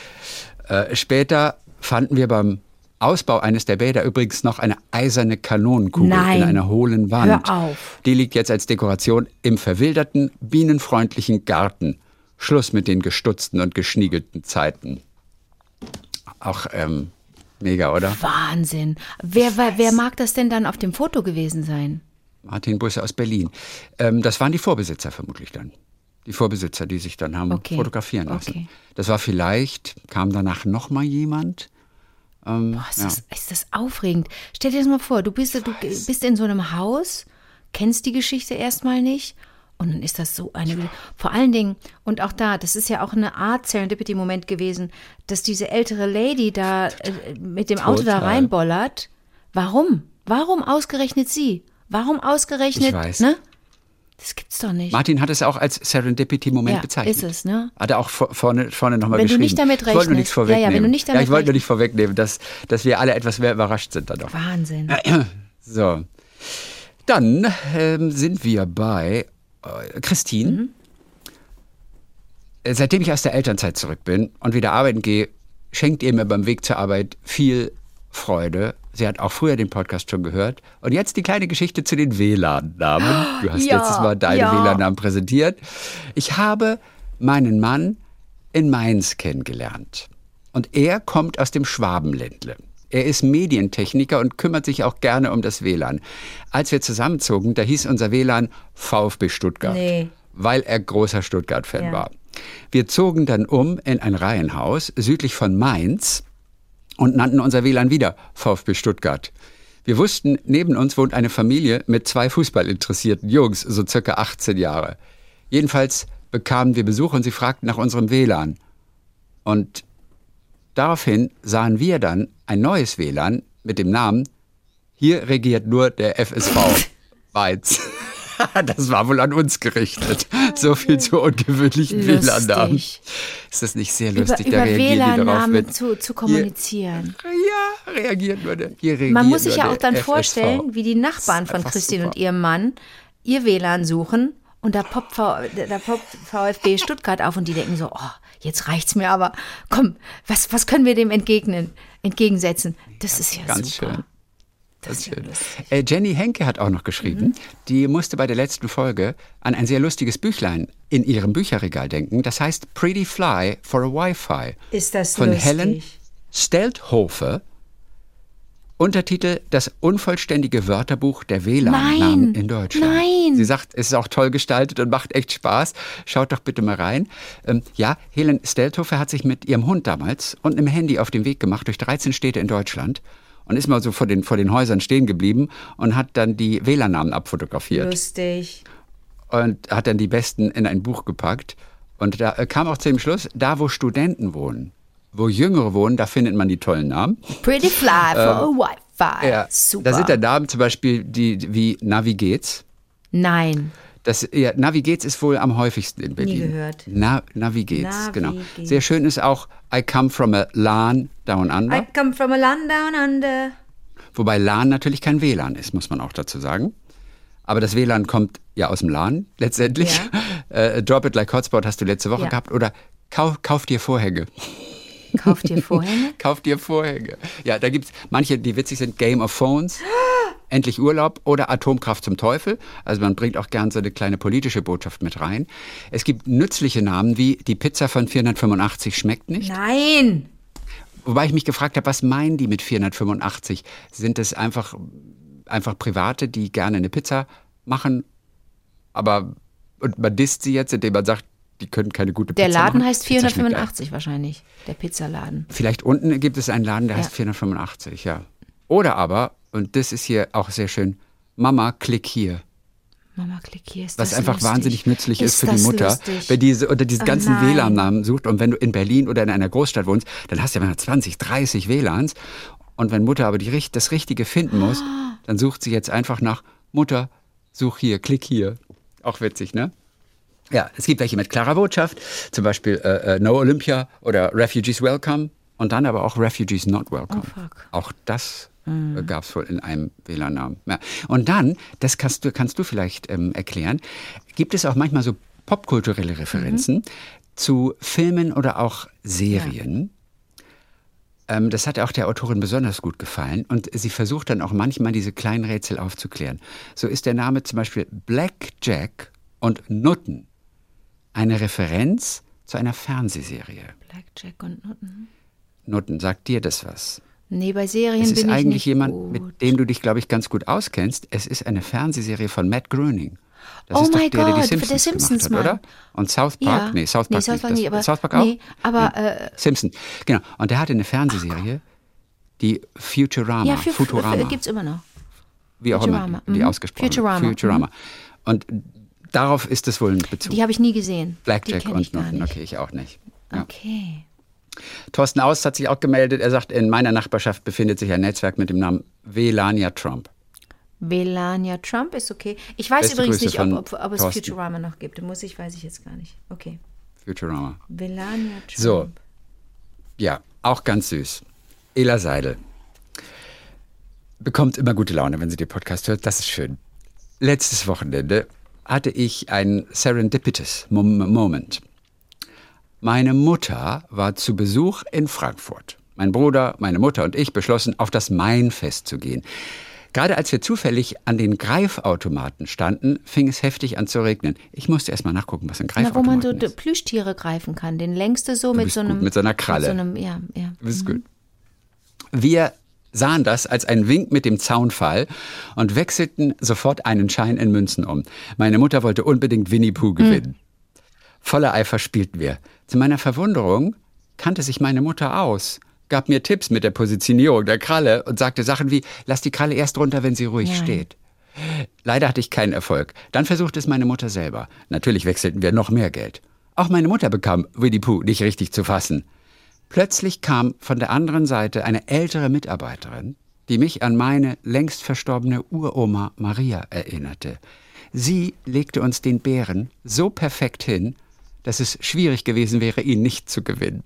S3: Später fanden wir beim Ausbau eines der Bäder übrigens noch eine eiserne Kanonenkugel in einer hohlen Wand.
S4: Hör auf.
S3: Die liegt jetzt als Dekoration im verwilderten, bienenfreundlichen Garten. Schluss mit den gestutzten und geschniegelten Zeiten. Auch mega, oder?
S4: Wahnsinn. Wer mag das denn dann auf dem Foto gewesen sein?
S3: Martin Busse aus Berlin. Das waren die Vorbesitzer vermutlich dann. Die Vorbesitzer, die sich dann haben fotografieren lassen. Okay. Das war vielleicht, kam danach noch mal jemand.
S4: Ist das aufregend. Stell dir das mal vor, du bist in so einem Haus, kennst die Geschichte erstmal nicht. Und dann ist das so eine, vor allen Dingen, und auch da, das ist ja auch eine Art Serendipity-Moment gewesen, dass diese ältere Lady da mit dem Auto da reinbollert. Warum? Warum ausgerechnet sie? Warum ausgerechnet,
S3: ich weiß.
S4: Ne? Das gibt's doch nicht.
S3: Martin hat es auch als Serendipity-Moment bezeichnet.
S4: Ist es, ne?
S3: Hat er auch vorne nochmal geschrieben.
S4: Wenn du nicht damit rechnest.
S3: Ich wollte nur nichts vorwegnehmen.
S4: Wenn du nicht damit
S3: ich wollte nur nicht vorwegnehmen, dass wir alle etwas mehr überrascht sind dann doch.
S4: Wahnsinn.
S3: So. Dann sind wir bei Christine. Seitdem ich aus der Elternzeit zurück bin und wieder arbeiten gehe, schenkt ihr mir beim Weg zur Arbeit viel Freude. Sie hat auch früher den Podcast schon gehört. Und jetzt die kleine Geschichte zu den WLAN-Namen. Du hast letztes Mal deine WLAN-Namen präsentiert. Ich habe meinen Mann in Mainz kennengelernt. Und er kommt aus dem Schwabenländle. Er ist Medientechniker und kümmert sich auch gerne um das WLAN. Als wir zusammenzogen, da hieß unser WLAN VfB Stuttgart, weil er großer Stuttgart-Fan war. Wir zogen dann um in ein Reihenhaus südlich von Mainz und nannten unser WLAN wieder VfB Stuttgart. Wir wussten, neben uns wohnt eine Familie mit 2 fußballinteressierten Jungs, so circa 18 Jahre. Jedenfalls bekamen wir Besuch und sie fragten nach unserem WLAN. Und daraufhin sahen wir dann ein neues WLAN mit dem Namen "Hier regiert nur der FSV Mainz". Das war wohl an uns gerichtet. So viel zu ungewöhnlichen WLAN-Namen. Ist das nicht sehr lustig?
S4: Über WLAN-Namen zu kommunizieren.
S3: Ja, reagiert nur der. Hier regiert
S4: Man muss sich ja auch dann
S3: FSV.
S4: vorstellen, wie die Nachbarn von Christine und ihrem Mann ihr WLAN suchen. Und da poppt VfB Stuttgart auf und die denken so, jetzt reicht's mir aber. Komm, was können wir dem entgegensetzen? Das ist ja
S3: ganz
S4: super.
S3: Schön. Das ist schön. Jenny Henke hat auch noch geschrieben, die musste bei der letzten Folge an ein sehr lustiges Büchlein in ihrem Bücherregal denken. Das heißt Pretty Fly for a Wi-Fi.
S4: Ist das
S3: von
S4: lustig?
S3: Helen Stelthofer. Untertitel: Das unvollständige Wörterbuch der WLAN-Namen in Deutschland.
S4: Nein!
S3: Sie sagt, es ist auch toll gestaltet und macht echt Spaß. Schaut doch bitte mal rein. Helen Stelthofer hat sich mit ihrem Hund damals und einem Handy auf den Weg gemacht durch 13 Städte in Deutschland und ist mal so vor den Häusern stehen geblieben und hat dann die WLAN-Namen abfotografiert.
S4: Lustig.
S3: Und hat dann die besten in ein Buch gepackt. Und da kam auch zu dem Schluss, da wo Studenten wohnen, wo Jüngere wohnen, da findet man die tollen Namen.
S4: Pretty Fly for a Wi-Fi.
S3: Ja,
S4: super.
S3: Da sind dann Namen zum Beispiel wie Na, wie geht's?
S4: Nein.
S3: Navi geht's ist wohl am häufigsten in Berlin.
S4: Nie gehört.
S3: Navi geht's,
S4: Navi
S3: genau.
S4: geht's.
S3: Sehr schön ist auch I come from a LAN down under.
S4: I come from a land down under.
S3: Wobei LAN natürlich kein WLAN ist, muss man auch dazu sagen. Aber das WLAN kommt ja aus dem LAN letztendlich.
S4: Ja.
S3: Drop it like hotspot hast du letzte Woche
S4: Ja.
S3: gehabt. Oder kauf dir Vorhänge.
S4: Kauf dir Vorhänge?
S3: Kauf dir Vorhänge. Ja, da gibt's manche, die witzig sind. Game of Phones, Endlich Urlaub oder Atomkraft zum Teufel. Also man bringt auch gern so eine kleine politische Botschaft mit rein. Es gibt nützliche Namen wie die Pizza von 485 schmeckt nicht.
S4: Nein!
S3: Wobei ich mich gefragt habe, was meinen die mit 485? Sind es einfach Private, die gerne eine Pizza machen, und man disst sie jetzt, indem man sagt, die können keine gute Pizza
S4: Der Laden
S3: machen?
S4: heißt
S3: Pizza schmeckt
S4: 485 wahrscheinlich, der Pizzaladen.
S3: Vielleicht unten gibt es einen Laden, der heißt 485, ja. Oder aber, und das ist hier auch sehr schön, Mama, klick hier.
S4: Mama, klick hier, ist
S3: Was
S4: das
S3: einfach
S4: lustig.
S3: wahnsinnig nützlich ist für die
S4: das
S3: Mutter,
S4: lustig?
S3: wenn diese unter diesen ganzen
S4: nein.
S3: WLAN-Namen sucht. Und wenn du in Berlin oder in einer Großstadt wohnst, dann hast du ja mal 20, 30 WLANs. Und wenn Mutter aber das Richtige finden muss, dann sucht sie jetzt einfach nach Mutter, such hier, klick hier. Auch witzig, ne? Ja, es gibt welche mit klarer Botschaft, zum Beispiel No Olympia oder Refugees Welcome und dann aber auch Refugees Not Welcome.
S4: Oh, fuck.
S3: Auch das gab es wohl in einem WLAN-Namen. Ja. Und dann, das kannst du vielleicht erklären, gibt es auch manchmal so popkulturelle Referenzen zu Filmen oder auch Serien. Das hat auch der Autorin besonders gut gefallen und sie versucht dann auch manchmal diese kleinen Rätsel aufzuklären. So ist der Name zum Beispiel Blackjack und Nutten eine Referenz zu einer Fernsehserie.
S4: Blackjack und Nutten.
S3: Nutten, sagt dir das was?
S4: Nee, bei Serien
S3: Es
S4: bin
S3: ist
S4: ich
S3: eigentlich
S4: nicht
S3: jemand,
S4: gut.
S3: mit dem du dich, glaube ich, ganz gut auskennst. Es ist eine Fernsehserie von Matt Groening. Das
S4: Oh
S3: ist doch
S4: my
S3: der
S4: God,
S3: die
S4: der
S3: Simpsons
S4: Simpsons
S3: gemacht hat,
S4: Mann.
S3: oder? Und South Park?
S4: Ja.
S3: Nee, South Park,
S4: South Park
S3: nicht.
S4: nicht, aber,
S3: South Park auch?
S4: Nee, aber
S3: Simpson, genau. Und der hatte eine Fernsehserie, die Futurama.
S4: ja,
S3: Futurama.
S4: gibt's immer noch.
S3: Wie auch
S4: Futurama.
S3: immer die ausgesprochen wird.
S4: Futurama.
S3: Und darauf ist es wohl ein Bezug.
S4: Die habe ich nie gesehen.
S3: Blackjack
S4: Die kenn ich
S3: und
S4: gar
S3: Nutten.
S4: nicht.
S3: Okay, ich auch nicht. Ja.
S4: Okay.
S3: Thorsten Aust hat sich auch gemeldet. Er sagt, in meiner Nachbarschaft befindet sich ein Netzwerk mit dem Namen Melania Trump.
S4: Melania Trump ist okay. Ich weiß
S3: Beste
S4: übrigens
S3: Grüße
S4: nicht,
S3: von
S4: ob es
S3: Thorsten.
S4: Futurama noch gibt. Weiß ich jetzt gar nicht. Okay.
S3: Futurama.
S4: Melania Trump.
S3: So, ja, auch ganz süß. Ela Seidel bekommt immer gute Laune, wenn sie den Podcast hört. Das ist schön. Letztes Wochenende hatte ich einen serendipitous Moment. Meine Mutter war zu Besuch in Frankfurt. Mein Bruder, meine Mutter und ich beschlossen, auf das Mainfest zu gehen. Gerade als wir zufällig an den Greifautomaten standen, fing es heftig an zu regnen. Ich musste erst mal nachgucken, was ein
S4: Na, wo
S3: Greifautomaten
S4: man so
S3: ist.
S4: Plüschtiere greifen kann. Den längste so mit
S3: bist
S4: so
S3: gut,
S4: einem.
S3: mit so einer Kralle.
S4: Mit so einem, ja.
S3: Das ist gut. Wir sahen das als einen Wink mit dem Zaunfall und wechselten sofort einen Schein in Münzen um. Meine Mutter wollte unbedingt Winnie Pooh gewinnen. Voller Eifer spielten wir. Zu meiner Verwunderung kannte sich meine Mutter aus, gab mir Tipps mit der Positionierung der Kralle und sagte Sachen wie, lass die Kralle erst runter, wenn sie ruhig steht. Leider hatte ich keinen Erfolg. Dann versuchte es meine Mutter selber. Natürlich wechselten wir noch mehr Geld. Auch meine Mutter bekam Winnie Pooh nicht richtig zu fassen. Plötzlich kam von der anderen Seite eine ältere Mitarbeiterin, die mich an meine längst verstorbene Uroma Maria erinnerte. Sie legte uns den Bären so perfekt hin, dass es schwierig gewesen wäre, ihn nicht zu gewinnen.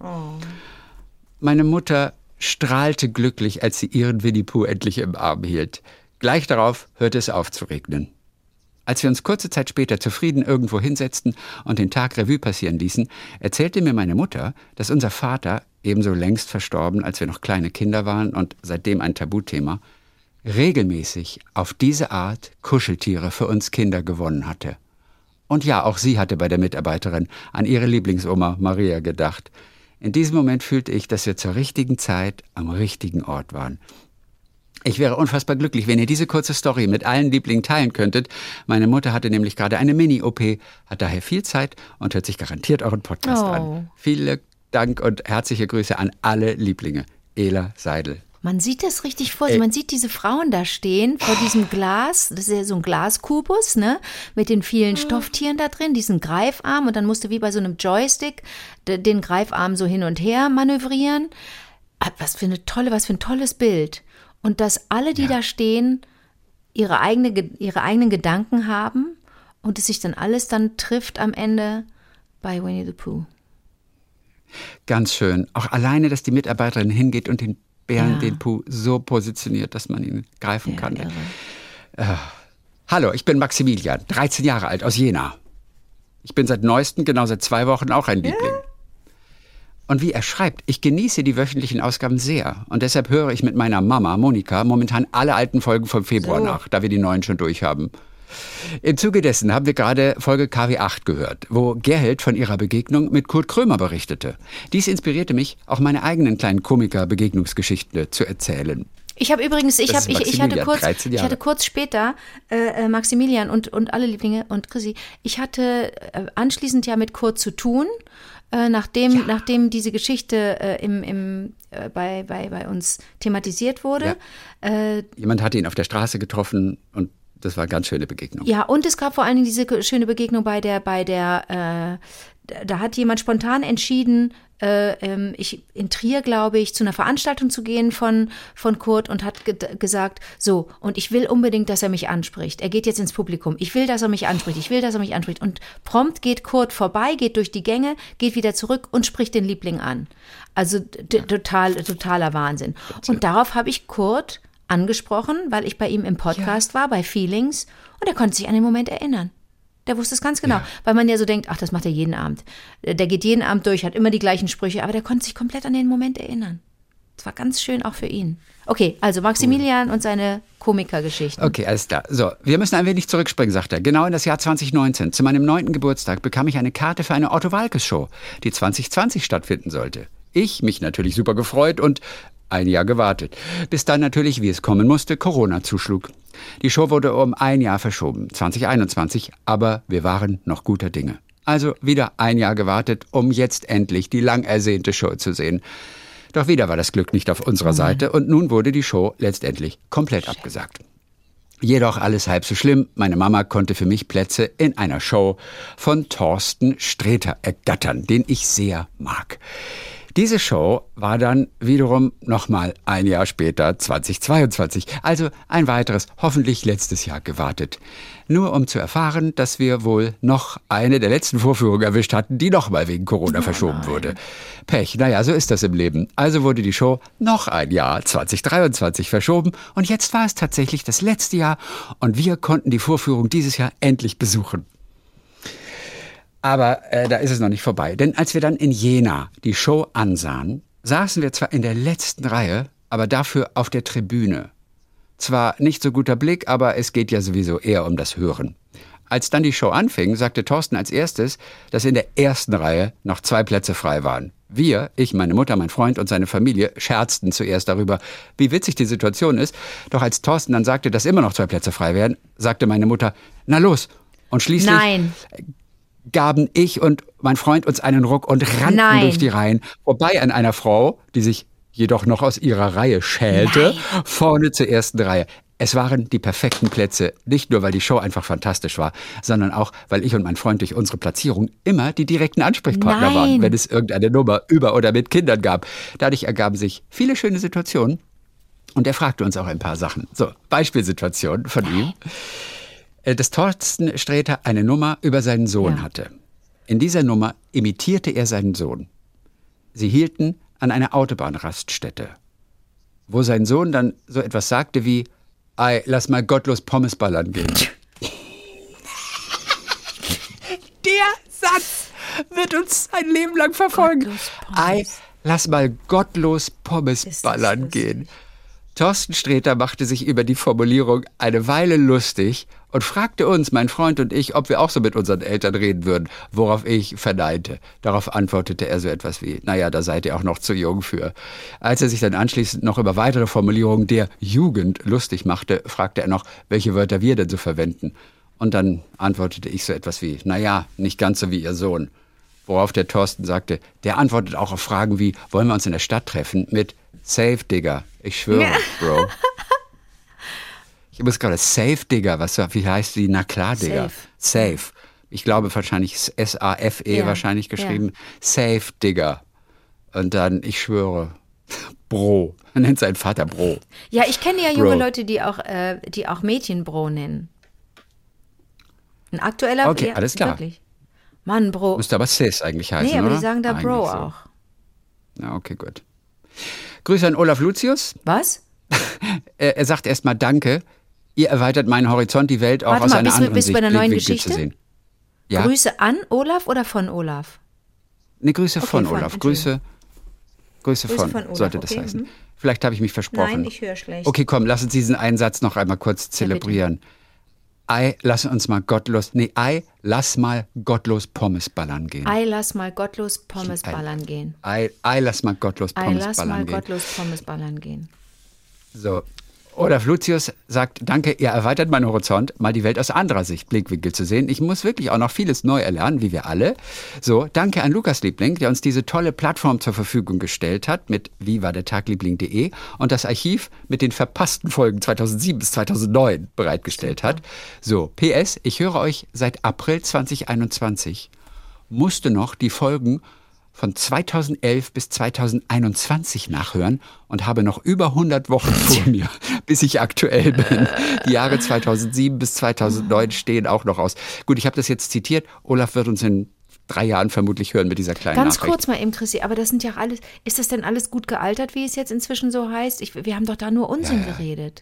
S3: Meine Mutter strahlte glücklich, als sie ihren Winnie Pooh endlich im Arm hielt. Gleich darauf hörte es auf zu regnen. Als wir uns kurze Zeit später zufrieden irgendwo hinsetzten und den Tag Revue passieren ließen, erzählte mir meine Mutter, dass unser Vater, ebenso längst verstorben, als wir noch kleine Kinder waren und seitdem ein Tabuthema, regelmäßig auf diese Art Kuscheltiere für uns Kinder gewonnen hatte. Und ja, auch sie hatte bei der Mitarbeiterin an ihre Lieblingsoma Maria gedacht. In diesem Moment fühlte ich, dass wir zur richtigen Zeit am richtigen Ort waren. Ich wäre unfassbar glücklich, wenn ihr diese kurze Story mit allen Lieblingen teilen könntet. Meine Mutter hatte nämlich gerade eine Mini-OP, hat daher viel Zeit und hört sich garantiert euren Podcast an. Vielen Dank und herzliche Grüße an alle Lieblinge. Ela Seidel.
S4: Man sieht das richtig vor sich. Man sieht diese Frauen da stehen vor diesem Glas. Das ist ja so ein Glaskubus, ne? Mit den vielen Stofftieren da drin, diesen Greifarm. Und dann musst du wie bei so einem Joystick den Greifarm so hin und her manövrieren. Was für ein tolles Bild. Und dass alle, die da stehen, ihre eigenen Gedanken haben und es sich dann alles dann trifft am Ende bei Winnie the Pooh.
S3: Ganz schön. Auch alleine, dass die Mitarbeiterin hingeht und den Bären,
S4: Ja.
S3: den Pooh, so positioniert, dass man ihn greifen kann.
S4: Irre.
S3: Hallo, ich bin Maximilian, 13 Jahre alt, aus Jena. Ich bin seit neuestem, genau seit 2 Wochen, auch ein Liebling. Und wie er schreibt, ich genieße die wöchentlichen Ausgaben sehr. Und deshalb höre ich mit meiner Mama, Monika, momentan alle alten Folgen vom Februar nach, da wir die neuen schon durch haben. Im Zuge dessen haben wir gerade Folge KW 8 gehört, wo Gerhild von ihrer Begegnung mit Kurt Krömer berichtete. Dies inspirierte mich, auch meine eigenen kleinen Komiker-Begegnungsgeschichten zu erzählen.
S4: Ich habe übrigens, ich
S3: Das ist Maximilian, 13 Jahre.
S4: hatte kurz später Maximilian und alle Lieblinge und Chrissy, ich hatte anschließend ja mit Kurt zu tun, nachdem diese Geschichte bei uns thematisiert wurde.
S3: Ja. Jemand hatte ihn auf der Straße getroffen und das war eine ganz schöne Begegnung.
S4: Ja, und es gab vor allen Dingen diese schöne Begegnung da hat jemand spontan entschieden, in Trier, glaube ich, zu einer Veranstaltung zu gehen von Kurt und hat gesagt, so, und ich will unbedingt, dass er mich anspricht. Er geht jetzt ins Publikum. Ich will, dass er mich anspricht. Und prompt geht Kurt vorbei, geht durch die Gänge, geht wieder zurück und spricht den Liebling an. Also totaler Wahnsinn. Und darauf habe ich Kurt angesprochen, weil ich bei ihm im Podcast war, bei Feelings, und er konnte sich an den Moment erinnern. Der wusste es ganz genau, weil man ja so denkt, ach, das macht er jeden Abend. Der geht jeden Abend durch, hat immer die gleichen Sprüche, aber der konnte sich komplett an den Moment erinnern. Das war ganz schön auch für ihn. Okay, also Maximilian und seine Komikergeschichten.
S3: Okay, alles klar. So, wir müssen ein wenig zurückspringen, sagt er. Genau in das Jahr 2019. Zu meinem 9. Geburtstag bekam ich eine Karte für eine Otto-Walkes-Show, die 2020 stattfinden sollte. Ich mich natürlich super gefreut und ein Jahr gewartet. Bis dann natürlich, wie es kommen musste, Corona zuschlug. Die Show wurde um ein Jahr verschoben, 2021, aber wir waren noch guter Dinge. Also wieder ein Jahr gewartet, um jetzt endlich die lang ersehnte Show zu sehen. Doch wieder war das Glück nicht auf unserer Seite und nun wurde die Show letztendlich komplett abgesagt. Jedoch alles halb so schlimm. Meine Mama konnte für mich Plätze in einer Show von Thorsten Sträter ergattern, den ich sehr mag. Diese Show war dann wiederum nochmal ein Jahr später, 2022, also ein weiteres, hoffentlich letztes Jahr gewartet. Nur um zu erfahren, dass wir wohl noch eine der letzten Vorführungen erwischt hatten, die nochmal wegen Corona verschoben wurde. Pech, naja, so ist das im Leben. Also wurde die Show noch ein Jahr, 2023, verschoben und jetzt war es tatsächlich das letzte Jahr und wir konnten die Vorführung dieses Jahr endlich besuchen. Aber da ist es noch nicht vorbei. Denn als wir dann in Jena die Show ansahen, saßen wir zwar in der letzten Reihe, aber dafür auf der Tribüne. Zwar nicht so guter Blick, aber es geht ja sowieso eher um das Hören. Als dann die Show anfing, sagte Thorsten als erstes, dass in der ersten Reihe noch 2 Plätze frei waren. Wir, ich, meine Mutter, mein Freund und seine Familie, scherzten zuerst darüber, wie witzig die Situation ist. Doch als Thorsten dann sagte, dass immer noch 2 Plätze frei wären, sagte meine Mutter, na los. Und schließlich gaben ich und mein Freund uns einen Ruck und rannten durch die Reihen, vorbei an einer Frau, die sich jedoch noch aus ihrer Reihe schälte, vorne zur ersten Reihe. Es waren die perfekten Plätze, nicht nur, weil die Show einfach fantastisch war, sondern auch, weil ich und mein Freund durch unsere Platzierung immer die direkten Ansprechpartner waren, wenn es irgendeine Nummer über oder mit Kindern gab. Dadurch ergaben sich viele schöne Situationen und er fragte uns auch ein paar Sachen. So, Beispielsituationen von ihm. Dass Thorsten Sträter eine Nummer über seinen Sohn hatte. In dieser Nummer imitierte er seinen Sohn. Sie hielten an einer Autobahnraststätte, wo sein Sohn dann so etwas sagte wie, ey, lass mal gottlos Pommes ballern gehen. Der Satz wird uns ein Leben lang verfolgen. Ey, lass mal gottlos Pommes ballern gehen. Thorsten Sträter machte sich über die Formulierung eine Weile lustig und fragte uns, mein Freund und ich, ob wir auch so mit unseren Eltern reden würden, worauf ich verneinte. Darauf antwortete er so etwas wie, naja, da seid ihr auch noch zu jung für. Als er sich dann anschließend noch über weitere Formulierungen der Jugend lustig machte, fragte er noch, welche Wörter wir denn so verwenden. Und dann antwortete ich so etwas wie, naja, nicht ganz so wie ihr Sohn. Worauf der Thorsten sagte, der antwortet auch auf Fragen wie, wollen wir uns in der Stadt treffen, mit Safe, Digga. Ich schwöre, Bro. Ich muss gerade Safe, Digga. Wie heißt die? Na klar, Digga. Safe. Ich glaube wahrscheinlich S-A-F-E wahrscheinlich geschrieben. Safe, Digga. Und dann, ich schwöre, Bro. Er nennt seinen Vater Bro.
S4: Ja, ich kenne ja junge Leute, die auch Mädchen Bro nennen. Ein aktueller...
S3: Okay, alles klar.
S4: Wirklich. Mann, Bro.
S3: Müsste aber Sis eigentlich heißen,
S4: Nee, aber
S3: oder?
S4: die sagen da
S3: eigentlich
S4: Bro
S3: so.
S4: auch.
S3: Ja, okay, gut. Grüße an Olaf Lucius.
S4: Was?
S3: Er sagt erstmal Danke. Ihr erweitert meinen Horizont, die Welt auch
S4: Warte
S3: aus
S4: mal,
S3: einer anderen
S4: bist du bei der neuen
S3: Blickwinkel
S4: Geschichte?
S3: zu sehen. Ja,
S4: Grüße an Olaf oder von Olaf?
S3: ne, Grüße von
S4: von,
S3: Olaf.
S4: Entschuldigung.
S3: Grüße von,
S4: von Olaf,
S3: sollte das
S4: okay,
S3: heißen.
S4: mhm.
S3: Vielleicht habe ich mich versprochen.
S4: Nein, ich höre schlecht.
S3: Okay, komm, lass uns diesen einen Satz noch einmal kurz zelebrieren. Lass mal gottlos Pommes ballern gehen.
S4: Lass mal gottlos Pommes ballern gehen.
S3: Lass mal gottlos Pommes
S4: Lass mal
S3: ballern gehen.
S4: gottlos Pommes ballern gehen.
S3: So. Olaf Lucius sagt, danke, ihr erweitert meinen Horizont, mal die Welt aus anderer Sicht, Blickwinkel zu sehen. Ich muss wirklich auch noch vieles neu erlernen, wie wir alle. So, danke an Lukas Liebling, der uns diese tolle Plattform zur Verfügung gestellt hat mit wiewardertagliebling.de und das Archiv mit den verpassten Folgen 2007 bis 2009 bereitgestellt hat. So, PS, ich höre euch seit April 2021, musste noch die Folgen von 2011 bis 2021 nachhören und habe noch über 100 Wochen vor mir, bis ich aktuell bin. Die Jahre 2007 bis 2009 stehen auch noch aus. Gut, ich habe das jetzt zitiert. Olaf wird uns in 3 Jahren vermutlich hören mit dieser kleinen
S4: Ganz
S3: Nachricht.
S4: kurz mal eben, Chrissy, aber das sind ja alles, ist das denn alles gut gealtert, wie es jetzt inzwischen so heißt? Wir haben doch da nur Unsinn geredet.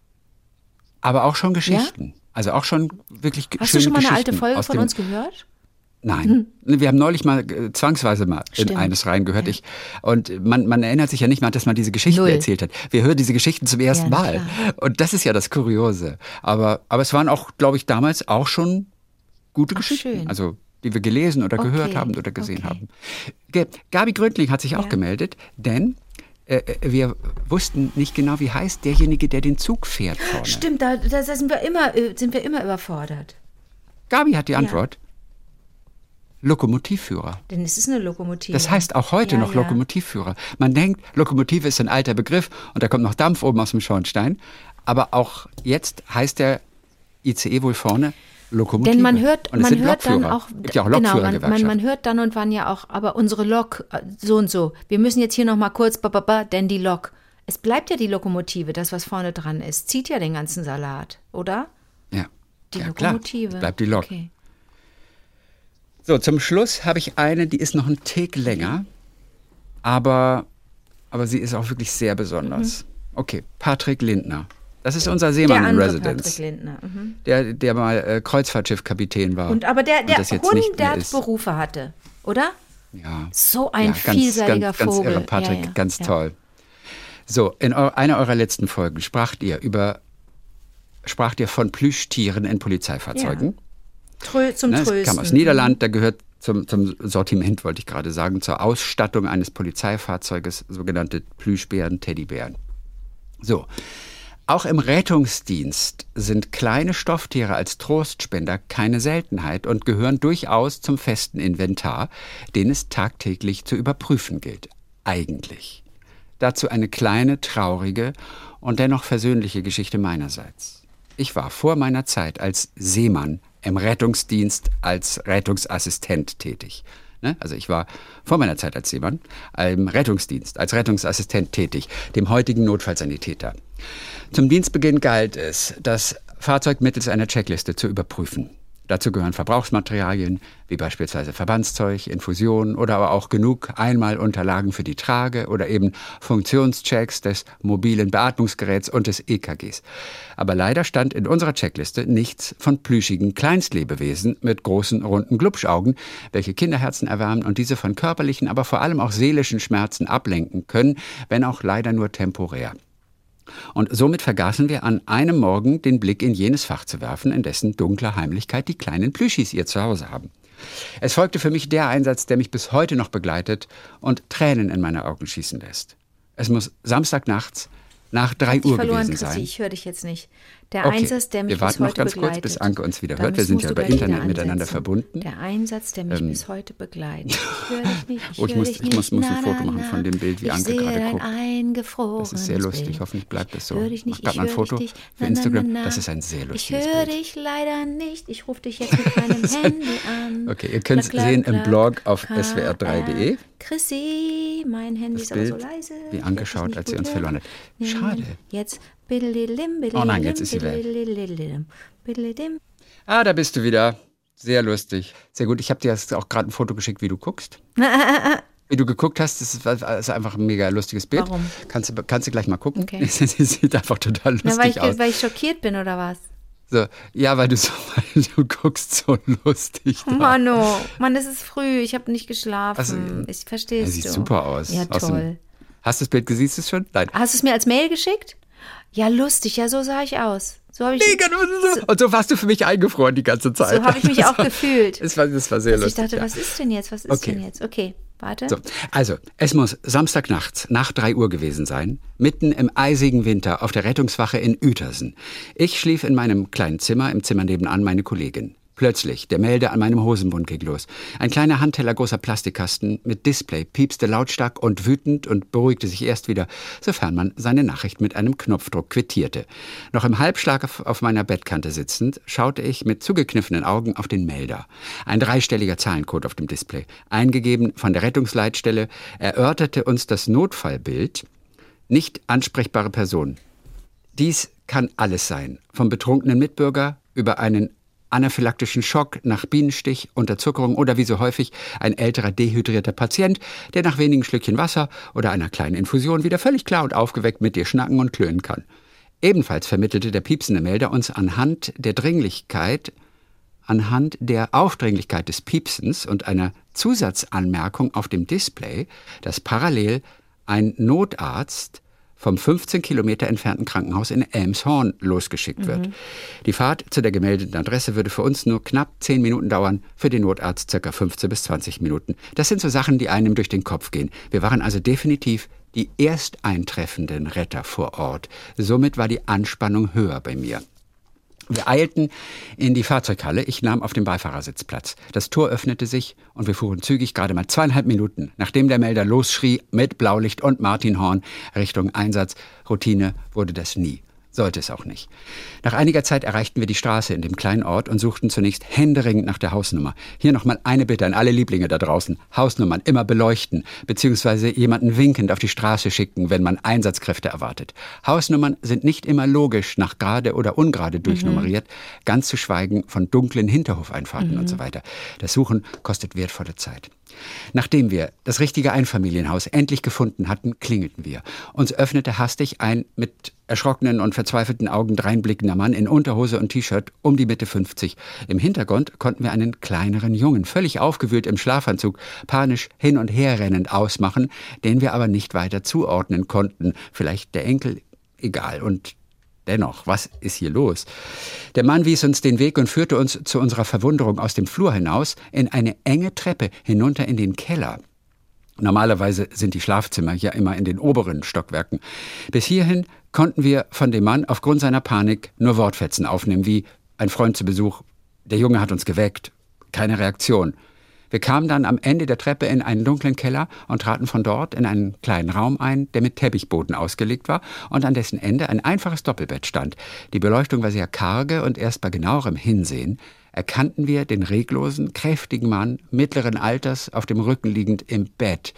S3: Aber auch schon Geschichten. Also auch schon wirklich
S4: Hast
S3: schöne
S4: du schon mal eine
S3: Geschichten
S4: alte Folge
S3: aus
S4: von
S3: dem-
S4: uns gehört?
S3: Nein. Wir haben neulich mal zwangsweise mal in
S4: Stimmt.
S3: eines reingehört.
S4: Ja.
S3: Und man erinnert sich ja nicht mal, dass man diese Geschichten
S4: Null.
S3: erzählt hat. Wir hören diese Geschichten zum ersten
S4: Ja, na
S3: Mal.
S4: klar.
S3: Und das ist ja das Kuriose. Aber es waren auch, glaube ich, damals auch schon gute Geschichten.
S4: schön.
S3: Also die wir gelesen oder gehört
S4: Okay,
S3: haben oder gesehen
S4: okay.
S3: haben. Gabi Gründling hat sich auch gemeldet, denn wir wussten nicht genau, wie heißt derjenige, der den Zug fährt vorne.
S4: Stimmt, da sind wir immer überfordert.
S3: Gabi hat die Antwort. Lokomotivführer.
S4: Denn es ist eine Lokomotive.
S3: Das heißt auch heute noch Lokomotivführer. Man denkt, Lokomotive ist ein alter Begriff und da kommt noch Dampf oben aus dem Schornstein. Aber auch jetzt heißt der ICE wohl vorne Lokomotive.
S4: Denn man hört,
S3: und es
S4: man
S3: sind
S4: hört dann
S3: Lokführer.
S4: auch,
S3: Gibt ja auch
S4: genau,
S3: Lokführergewerkschaft.
S4: man hört dann und wann ja auch, aber unsere Lok, so und so. Wir müssen jetzt hier nochmal kurz, denn die Lok. Es bleibt ja die Lokomotive, das, was vorne dran ist. Zieht ja den ganzen Salat, oder?
S3: Ja,
S4: Die
S3: ja,
S4: Lokomotive.
S3: Klar, es bleibt die Lok.
S4: Okay.
S3: So, zum Schluss habe ich eine, die ist noch einen Tick länger, aber sie ist auch wirklich sehr besonders. Okay, Patrick Lindner. Das ist unser Seemann
S4: Der
S3: in
S4: andere
S3: Residence.
S4: Patrick Lindner. Mhm.
S3: Der mal Kreuzfahrtschiffkapitän war.
S4: Aber der
S3: das jetzt nicht mehr
S4: 100
S3: ist.
S4: Berufe hatte, oder?
S3: Ja.
S4: So ein
S3: Ja,
S4: vielseitiger
S3: ganz
S4: Vogel.
S3: irre, Patrick,
S4: Ja, ja.
S3: ganz
S4: Ja.
S3: toll. So, in einer eurer letzten Folgen spracht ihr von Plüschtieren in Polizeifahrzeugen.
S4: Zum
S3: Ne,
S4: Trösten.
S3: es kam aus Niederland, da gehört zum Sortiment, wollte ich gerade sagen, zur Ausstattung eines Polizeifahrzeuges, sogenannte Plüschbären, Teddybären. So, auch im Rettungsdienst sind kleine Stofftiere als Trostspender keine Seltenheit und gehören durchaus zum festen Inventar, den es tagtäglich zu überprüfen gilt. Eigentlich. Dazu eine kleine, traurige und dennoch versöhnliche Geschichte meinerseits. Ich war vor meiner Zeit als Seemann im Rettungsdienst als Rettungsassistent tätig. Ne? Also ich war vor meiner Zeit als Seemann im Rettungsdienst als Rettungsassistent tätig, dem heutigen Notfallsanitäter. Zum Dienstbeginn galt es, das Fahrzeug mittels einer Checkliste zu überprüfen. Dazu gehören Verbrauchsmaterialien wie beispielsweise Verbandszeug, Infusionen oder aber auch genug Einmalunterlagen für die Trage oder eben Funktionschecks des mobilen Beatmungsgeräts und des EKGs. Aber leider stand in unserer Checkliste nichts von plüschigen Kleinstlebewesen mit großen, runden Glubschaugen, welche Kinderherzen erwärmen und diese von körperlichen, aber vor allem auch seelischen Schmerzen ablenken können, wenn auch leider nur temporär. Und somit vergaßen wir an einem Morgen den Blick in jenes Fach zu werfen, in dessen dunkler Heimlichkeit die kleinen Plüschis ihr Zuhause haben. Es folgte für mich der Einsatz, der mich bis heute noch begleitet und Tränen in meine Augen schießen lässt. Es muss Samstagnachts nach 3 Uhr gewesen sein.
S4: Ich höre dich jetzt nicht. Der
S3: Okay,
S4: Einsatz, der mich
S3: wir warten
S4: bis
S3: noch
S4: heute
S3: ganz
S4: begleitet.
S3: kurz, bis Anke uns wieder
S4: Da
S3: hört. Wir sind
S4: musst
S3: ja
S4: du
S3: über
S4: gleich wieder
S3: Internet miteinander
S4: ansetzen.
S3: verbunden.
S4: Der Einsatz, der mich bis heute begleitet. Ich höre dich nicht.
S3: Oh, ich muss ein Foto machen von dem Bild, wie Anke gerade guckt.
S4: Eingefrorenes
S3: Das ist sehr lustig.
S4: Bild.
S3: Hoffentlich bleibt das so.
S4: Ich höre dich nicht.
S3: Mach grad mal ein Foto für Instagram. Das ist ein sehr lustiges
S4: Ich höre
S3: Bild.
S4: dich leider nicht. Ich rufe dich jetzt mit meinem Handy an.
S3: Okay, ihr könnt es
S4: Klack,
S3: sehen
S4: klack,
S3: im Blog auf
S4: klack.
S3: swr3.de.
S4: Chrissy, mein Handy
S3: Das
S4: ist aber so
S3: Bild,
S4: leise.
S3: wie
S4: Ich
S3: Anke
S4: hab dich
S3: schaut,
S4: nicht
S3: als sie
S4: gut
S3: uns
S4: hören.
S3: verloren hat. Schade.
S4: Jetzt.
S3: Oh nein, jetzt ist sie weg. Ah, da bist du wieder. Sehr lustig. Sehr gut. Ich habe dir jetzt auch gerade ein Foto geschickt, wie du guckst. Wie du geguckt hast, das ist einfach ein mega lustiges Bild.
S4: Warum?
S3: Kannst du gleich mal gucken.
S4: Okay.
S3: Sie sieht einfach total lustig aus.
S4: Weil ich schockiert bin, oder was?
S3: So, ja, weil du guckst so lustig.
S4: Mann, es ist früh, ich habe nicht geschlafen. Ich verstehe es.
S3: Sieht super aus.
S4: Ja, toll.
S3: Hast du das Bild gesehen? Siehst du es schon? Nein.
S4: Hast du es mir als Mail geschickt? Ja, lustig, ja, so sah ich aus. So habe ich,
S3: und so warst du für mich eingefroren die ganze Zeit.
S4: So habe ich mich auch gefühlt.
S3: Das war sehr lustig.
S4: Ich dachte, was ist denn jetzt? Okay, warte.
S3: So, also, es muss Samstagnachts nach 3 Uhr gewesen sein, mitten im eisigen Winter auf der Rettungswache in Uetersen. Ich schlief in meinem kleinen Zimmer, im Zimmer nebenan meine Kollegin. Plötzlich, der Melder an meinem Hosenbund ging los. Ein kleiner handtellergroßer Plastikkasten mit Display piepste lautstark und wütend und beruhigte sich erst wieder, sofern man seine Nachricht mit einem Knopfdruck quittierte. Noch im Halbschlag auf meiner Bettkante sitzend, schaute ich mit zugekniffenen Augen auf den Melder. Ein 3-stelliger Zahlencode auf dem Display, eingegeben von der Rettungsleitstelle, erörterte uns das Notfallbild. Nicht ansprechbare Person. Dies kann alles sein, vom betrunkenen Mitbürger über einen anaphylaktischen Schock nach Bienenstich, Unterzuckerung oder wie so häufig ein älterer dehydrierter Patient, der nach wenigen Schlückchen Wasser oder einer kleinen Infusion wieder völlig klar und aufgeweckt mit dir schnacken und klönen kann. Ebenfalls vermittelte der piepsende Melder uns anhand der Aufdringlichkeit des Piepsens und einer Zusatzanmerkung auf dem Display, dass parallel ein Notarzt vom 15 Kilometer entfernten Krankenhaus in Elmshorn losgeschickt wird. Die Fahrt zu der gemeldeten Adresse würde für uns nur knapp 10 Minuten dauern, für den Notarzt ca. 15 bis 20 Minuten. Das sind so Sachen, die einem durch den Kopf gehen. Wir waren also definitiv die erst eintreffenden Retter vor Ort. Somit war die Anspannung höher bei mir. Wir eilten in die Fahrzeughalle, ich nahm auf dem Beifahrersitz Platz. Das Tor öffnete sich und wir fuhren zügig gerade mal 2,5 Minuten, nachdem der Melder losschrie mit Blaulicht und Martinhorn Richtung Einsatz. Routine wurde das nie. Sollte es auch nicht. Nach einiger Zeit erreichten wir die Straße in dem kleinen Ort und suchten zunächst händeringend nach der Hausnummer. Hier nochmal eine Bitte an alle Lieblinge da draußen. Hausnummern immer beleuchten, beziehungsweise jemanden winkend auf die Straße schicken, wenn man Einsatzkräfte erwartet. Hausnummern sind nicht immer logisch nach gerade oder ungerade durchnummeriert, ganz zu schweigen von dunklen Hinterhofeinfahrten und so weiter. Das Suchen kostet wertvolle Zeit. Nachdem wir das richtige Einfamilienhaus endlich gefunden hatten, klingelten wir. Uns öffnete hastig ein mit erschrockenen und verzweifelten Augen dreinblickender Mann in Unterhose und T-Shirt um die Mitte 50. Im Hintergrund konnten wir einen kleineren Jungen, völlig aufgewühlt im Schlafanzug, panisch hin und her rennend ausmachen, den wir aber nicht weiter zuordnen konnten. Vielleicht der Enkel, egal. Und dennoch, was ist hier los? Der Mann wies uns den Weg und führte uns zu unserer Verwunderung aus dem Flur hinaus in eine enge Treppe hinunter in den Keller. Normalerweise sind die Schlafzimmer ja immer in den oberen Stockwerken. Bis hierhin konnten wir von dem Mann aufgrund seiner Panik nur Wortfetzen aufnehmen, wie ein Freund zu Besuch, der Junge hat uns geweckt, keine Reaktion. Wir kamen dann am Ende der Treppe in einen dunklen Keller und traten von dort in einen kleinen Raum ein, der mit Teppichboden ausgelegt war und an dessen Ende ein einfaches Doppelbett stand. Die Beleuchtung war sehr karge und erst bei genauerem Hinsehen erkannten wir den reglosen, kräftigen Mann mittleren Alters auf dem Rücken liegend im Bett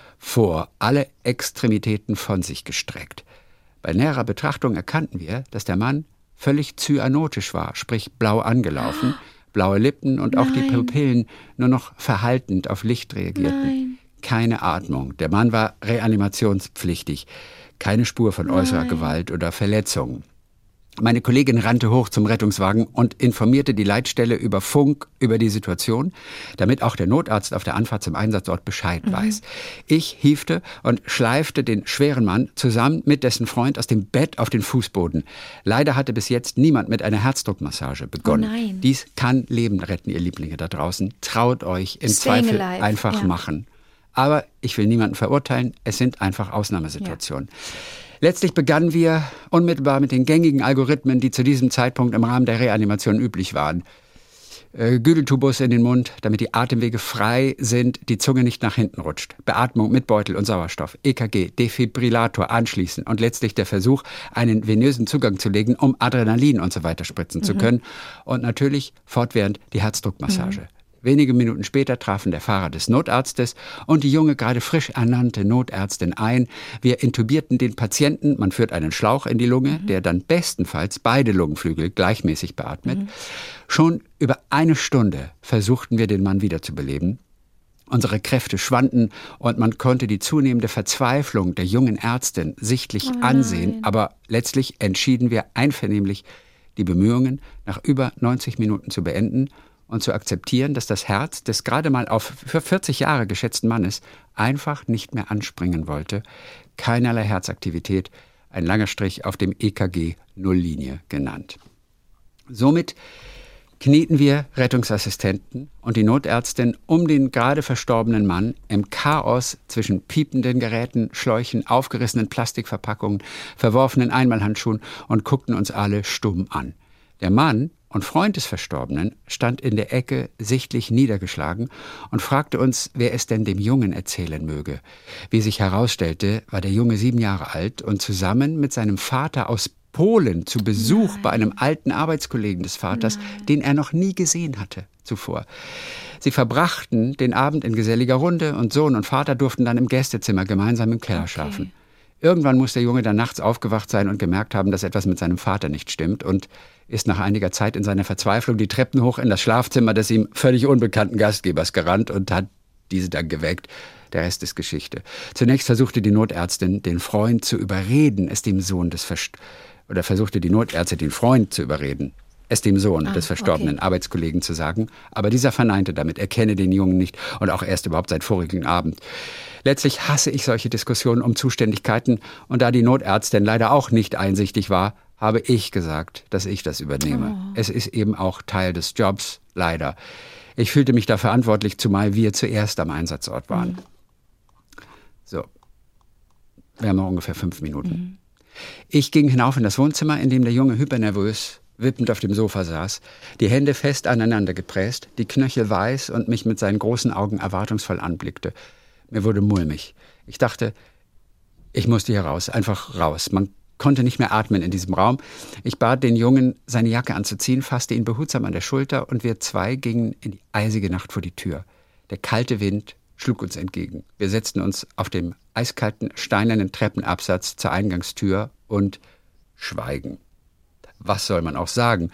S3: vor, alle Extremitäten von sich gestreckt. Bei näherer Betrachtung erkannten wir, dass der Mann völlig cyanotisch war, sprich blau angelaufen, blaue Lippen und auch die Pupillen nur noch verhaltend auf Licht reagierten. Keine Atmung. Der Mann war reanimationspflichtig. Keine Spur von äußerer Gewalt oder Verletzungen. Meine Kollegin rannte hoch zum Rettungswagen und informierte die Leitstelle über Funk über die Situation, damit auch der Notarzt auf der Anfahrt zum Einsatzort Bescheid weiß. Ich hiefte und schleifte den schweren Mann zusammen mit dessen Freund aus dem Bett auf den Fußboden. Leider hatte bis jetzt niemand mit einer Herzdruckmassage begonnen. Dies kann Leben retten, ihr Lieblinge da draußen. Traut euch, im Zweifel einfach machen. Aber ich will niemanden verurteilen, es sind einfach Ausnahmesituationen. Letztlich begannen wir unmittelbar mit den gängigen Algorithmen, die zu diesem Zeitpunkt im Rahmen der Reanimation üblich waren. Güdeltubus in den Mund, damit die Atemwege frei sind, die Zunge nicht nach hinten rutscht. Beatmung mit Beutel und Sauerstoff, EKG, Defibrillator anschließen und letztlich der Versuch, einen venösen Zugang zu legen, um Adrenalin und so weiter spritzen zu können. Und natürlich fortwährend die Herzdruckmassage. Wenige Minuten später trafen der Fahrer des Notarztes und die junge, gerade frisch ernannte Notärztin ein. Wir intubierten den Patienten, man führt einen Schlauch in die Lunge, der dann bestenfalls beide Lungenflügel gleichmäßig beatmet. Schon über 1 Stunde versuchten wir, den Mann wiederzubeleben. Unsere Kräfte schwanden und man konnte die zunehmende Verzweiflung der jungen Ärztin sichtlich ansehen. Aber letztlich entschieden wir einvernehmlich, die Bemühungen nach über 90 Minuten zu beenden und zu akzeptieren, dass das Herz des gerade mal auf für 40 Jahre geschätzten Mannes einfach nicht mehr anspringen wollte. Keinerlei Herzaktivität, ein langer Strich auf dem EKG-Nulllinie genannt. Somit knieten wir Rettungsassistenten und die Notärztin um den gerade verstorbenen Mann im Chaos zwischen piependen Geräten, Schläuchen, aufgerissenen Plastikverpackungen, verworfenen Einmalhandschuhen und guckten uns alle stumm an. Der Mann und Freund des Verstorbenen stand in der Ecke, sichtlich niedergeschlagen, und fragte uns, wer es denn dem Jungen erzählen möge. Wie sich herausstellte, war der Junge 7 Jahre alt und zusammen mit seinem Vater aus Polen zu Besuch bei einem alten Arbeitskollegen des Vaters, den er noch nie gesehen hatte zuvor. Sie verbrachten den Abend in geselliger Runde und Sohn und Vater durften dann im Gästezimmer gemeinsam im Keller schlafen. Irgendwann muss der Junge dann nachts aufgewacht sein und gemerkt haben, dass etwas mit seinem Vater nicht stimmt, und ist nach einiger Zeit in seiner Verzweiflung die Treppen hoch in das Schlafzimmer des ihm völlig unbekannten Gastgebers gerannt und hat diese dann geweckt. Der Rest ist Geschichte. Zunächst versuchte die Notärztin, den Freund zu überreden, es dem Sohn des verstorbenen Arbeitskollegen zu sagen, aber dieser verneinte damit, er kenne den Jungen nicht und auch erst überhaupt seit vorigen Abend. Letztlich hasse ich solche Diskussionen um Zuständigkeiten, und da die Notärztin leider auch nicht einsichtig war, habe ich gesagt, dass ich das übernehme. Es ist eben auch Teil des Jobs, leider. Ich fühlte mich da verantwortlich, zumal wir zuerst am Einsatzort waren. So, wir haben noch ungefähr 5 Minuten. Ich ging hinauf in das Wohnzimmer, in dem der Junge hypernervös, wippend auf dem Sofa saß, die Hände fest aneinander gepresst, die Knöchel weiß und mich mit seinen großen Augen erwartungsvoll anblickte. Mir wurde mulmig. Ich dachte, ich musste hier raus, einfach raus. Man konnte nicht mehr atmen in diesem Raum. Ich bat den Jungen, seine Jacke anzuziehen, fasste ihn behutsam an der Schulter und wir zwei gingen in die eisige Nacht vor die Tür. Der kalte Wind schlug uns entgegen. Wir setzten uns auf dem eiskalten, steinernen Treppenabsatz zur Eingangstür und schweigen. Was soll man auch sagen?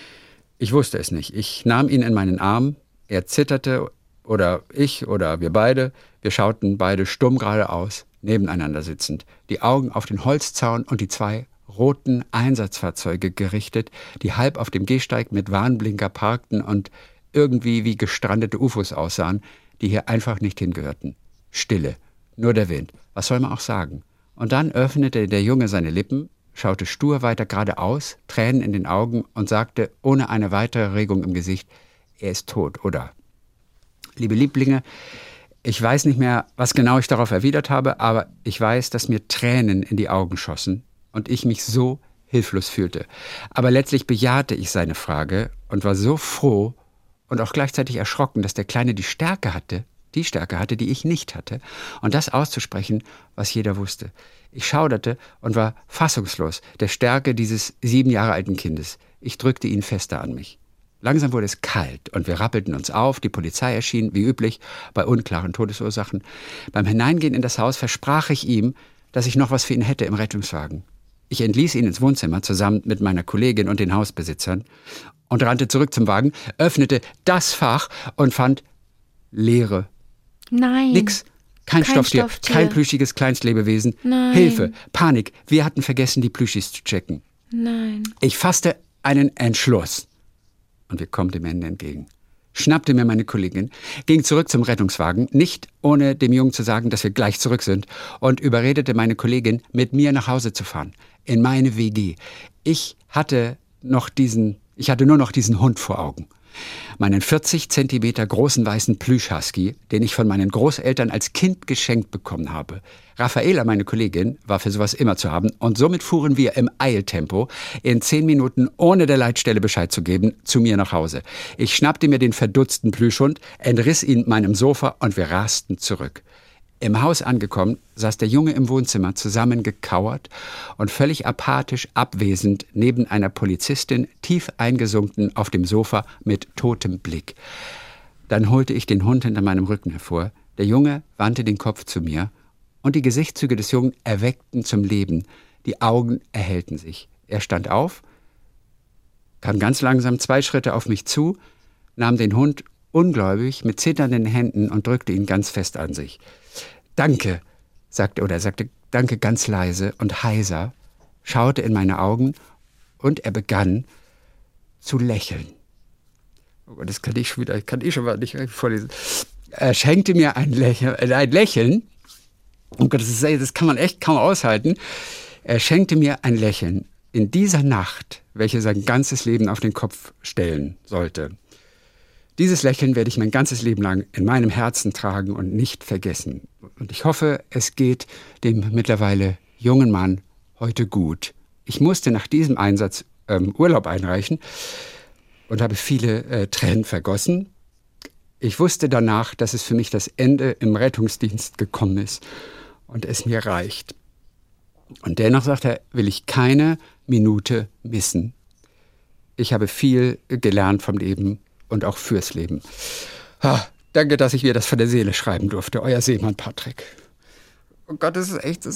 S3: Ich wusste es nicht. Ich nahm ihn in meinen Arm, er zitterte, oder ich oder wir beide. Wir schauten beide stumm geradeaus, nebeneinander sitzend, die Augen auf den Holzzaun und die 2 roten Einsatzfahrzeuge gerichtet, die halb auf dem Gehsteig mit Warnblinker parkten und irgendwie wie gestrandete UFOs aussahen, die hier einfach nicht hingehörten. Stille, nur der Wind. Was soll man auch sagen? Und dann öffnete der Junge seine Lippen, schaute stur weiter geradeaus, Tränen in den Augen und sagte ohne eine weitere Regung im Gesicht, er ist tot, oder? Liebe Lieblinge, ich weiß nicht mehr, was genau ich darauf erwidert habe, aber ich weiß, dass mir Tränen in die Augen schossen und ich mich so hilflos fühlte. Aber letztlich bejahte ich seine Frage und war so froh und auch gleichzeitig erschrocken, dass der Kleine die Stärke hatte, die ich nicht hatte, und das auszusprechen, was jeder wusste. Ich schauderte und war fassungslos der Stärke dieses 7 Jahre alten Kindes. Ich drückte ihn fester an mich. Langsam wurde es kalt und wir rappelten uns auf. Die Polizei erschien, wie üblich, bei unklaren Todesursachen. Beim Hineingehen in das Haus versprach ich ihm, dass ich noch was für ihn hätte im Rettungswagen. Ich entließ ihn ins Wohnzimmer zusammen mit meiner Kollegin und den Hausbesitzern und rannte zurück zum Wagen, öffnete das Fach und fand Leere.
S4: Nein.
S3: Nix. Kein Stofftier, kein plüschiges Kleinstlebewesen.
S4: Nein.
S3: Hilfe, Panik. Wir hatten vergessen, die Plüschis zu checken.
S4: Nein.
S3: Ich fasste einen Entschluss. Und wir kommen dem Ende entgegen. Schnappte mir meine Kollegin, ging zurück zum Rettungswagen, nicht ohne dem Jungen zu sagen, dass wir gleich zurück sind, und überredete meine Kollegin, mit mir nach Hause zu fahren, in meine WG. Ich hatte nur noch diesen Hund vor Augen. Meinen 40 Zentimeter großen weißen Plüsch-Husky, den ich von meinen Großeltern als Kind geschenkt bekommen habe. Raffaela, meine Kollegin, war für sowas immer zu haben, und somit fuhren wir im Eiltempo in 10 Minuten, ohne der Leitstelle Bescheid zu geben, zu mir nach Hause. Ich schnappte mir den verdutzten Plüschhund, entriss ihn meinem Sofa und wir rasten zurück. Im Haus angekommen, saß der Junge im Wohnzimmer zusammengekauert und völlig apathisch abwesend neben einer Polizistin, tief eingesunken auf dem Sofa mit totem Blick. Dann holte ich den Hund hinter meinem Rücken hervor. Der Junge wandte den Kopf zu mir und die Gesichtszüge des Jungen erweckten zum Leben. Die Augen erhellten sich. Er stand auf, kam ganz langsam 2 Schritte auf mich zu, nahm den Hund ungläubig mit zitternden Händen und drückte ihn ganz fest an sich. Danke, sagte Danke ganz leise und heiser, schaute in meine Augen und er begann zu lächeln. Oh Gott, das kann ich schon mal nicht vorlesen. Er schenkte mir ein Lächeln. Oh Gott, das kann man echt kaum aushalten. Er schenkte mir ein Lächeln in dieser Nacht, welche sein ganzes Leben auf den Kopf stellen sollte. Dieses Lächeln werde ich mein ganzes Leben lang in meinem Herzen tragen und nicht vergessen. Und ich hoffe, es geht dem mittlerweile jungen Mann heute gut. Ich musste nach diesem Einsatz Urlaub einreichen und habe viele Tränen vergossen. Ich wusste danach, dass es für mich das Ende im Rettungsdienst gekommen ist und es mir reicht. Und dennoch, sagt er, will ich keine Minute missen. Ich habe viel gelernt vom Leben und auch fürs Leben. Danke, dass ich mir das von der Seele schreiben durfte. Euer Seemann Patrick. Oh Gott, das ist echt,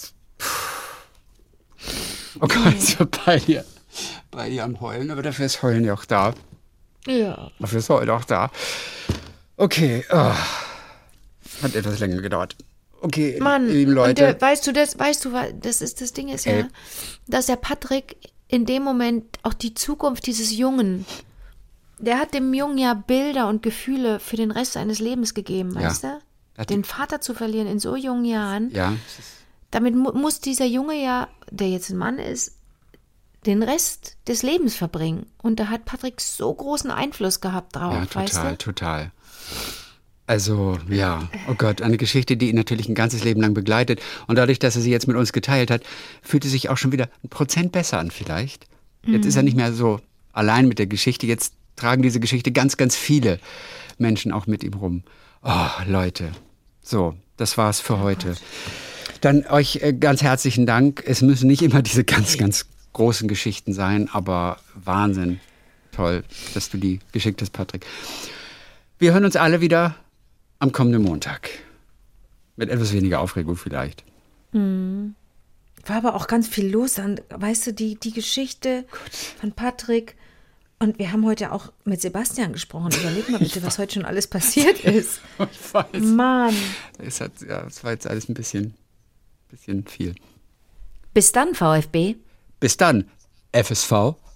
S3: oh Gott, ich bin bei dir am Heulen, aber dafür ist Heulen ja auch da.
S4: Ja.
S3: Dafür ist Heulen auch da. Okay, hat etwas länger gedauert. Okay,
S4: Mann,
S3: lieben Leute.
S4: Und weißt du, das Ding ist ja, dass der Patrick in dem Moment auch die Zukunft dieses Jungen, der hat dem Jungen ja Bilder und Gefühle für den Rest seines Lebens gegeben, weißt du? Den Vater zu verlieren in so jungen Jahren.
S3: Ja.
S4: Damit muss dieser Junge ja, der jetzt ein Mann ist, den Rest des Lebens verbringen. Und da hat Patrick so großen Einfluss gehabt drauf,
S3: Ja, total,
S4: weißt du?
S3: total. Also, ja, oh Gott, eine Geschichte, die ihn natürlich ein ganzes Leben lang begleitet. Und dadurch, dass er sie jetzt mit uns geteilt hat, fühlt es sich auch schon wieder 1% besser an vielleicht. Jetzt ist er nicht mehr so allein mit der Geschichte. Jetzt tragen diese Geschichte ganz, ganz viele Menschen auch mit ihm rum. Oh, Leute. So, das war's für heute. Dann euch ganz herzlichen Dank. Es müssen nicht immer diese ganz, ganz großen Geschichten sein, aber Wahnsinn. Toll, dass du die geschickt hast, Patrick. Wir hören uns alle wieder am kommenden Montag. Mit etwas weniger Aufregung vielleicht.
S4: War aber auch ganz viel los. Dann, weißt du, die Geschichte von Patrick. Und wir haben heute auch mit Sebastian gesprochen. Überleg mal bitte, was heute schon alles passiert ist.
S3: Ich weiß.
S4: Mann.
S3: Es war jetzt alles ein bisschen viel.
S4: Bis dann, VfB.
S3: Bis dann, FSV.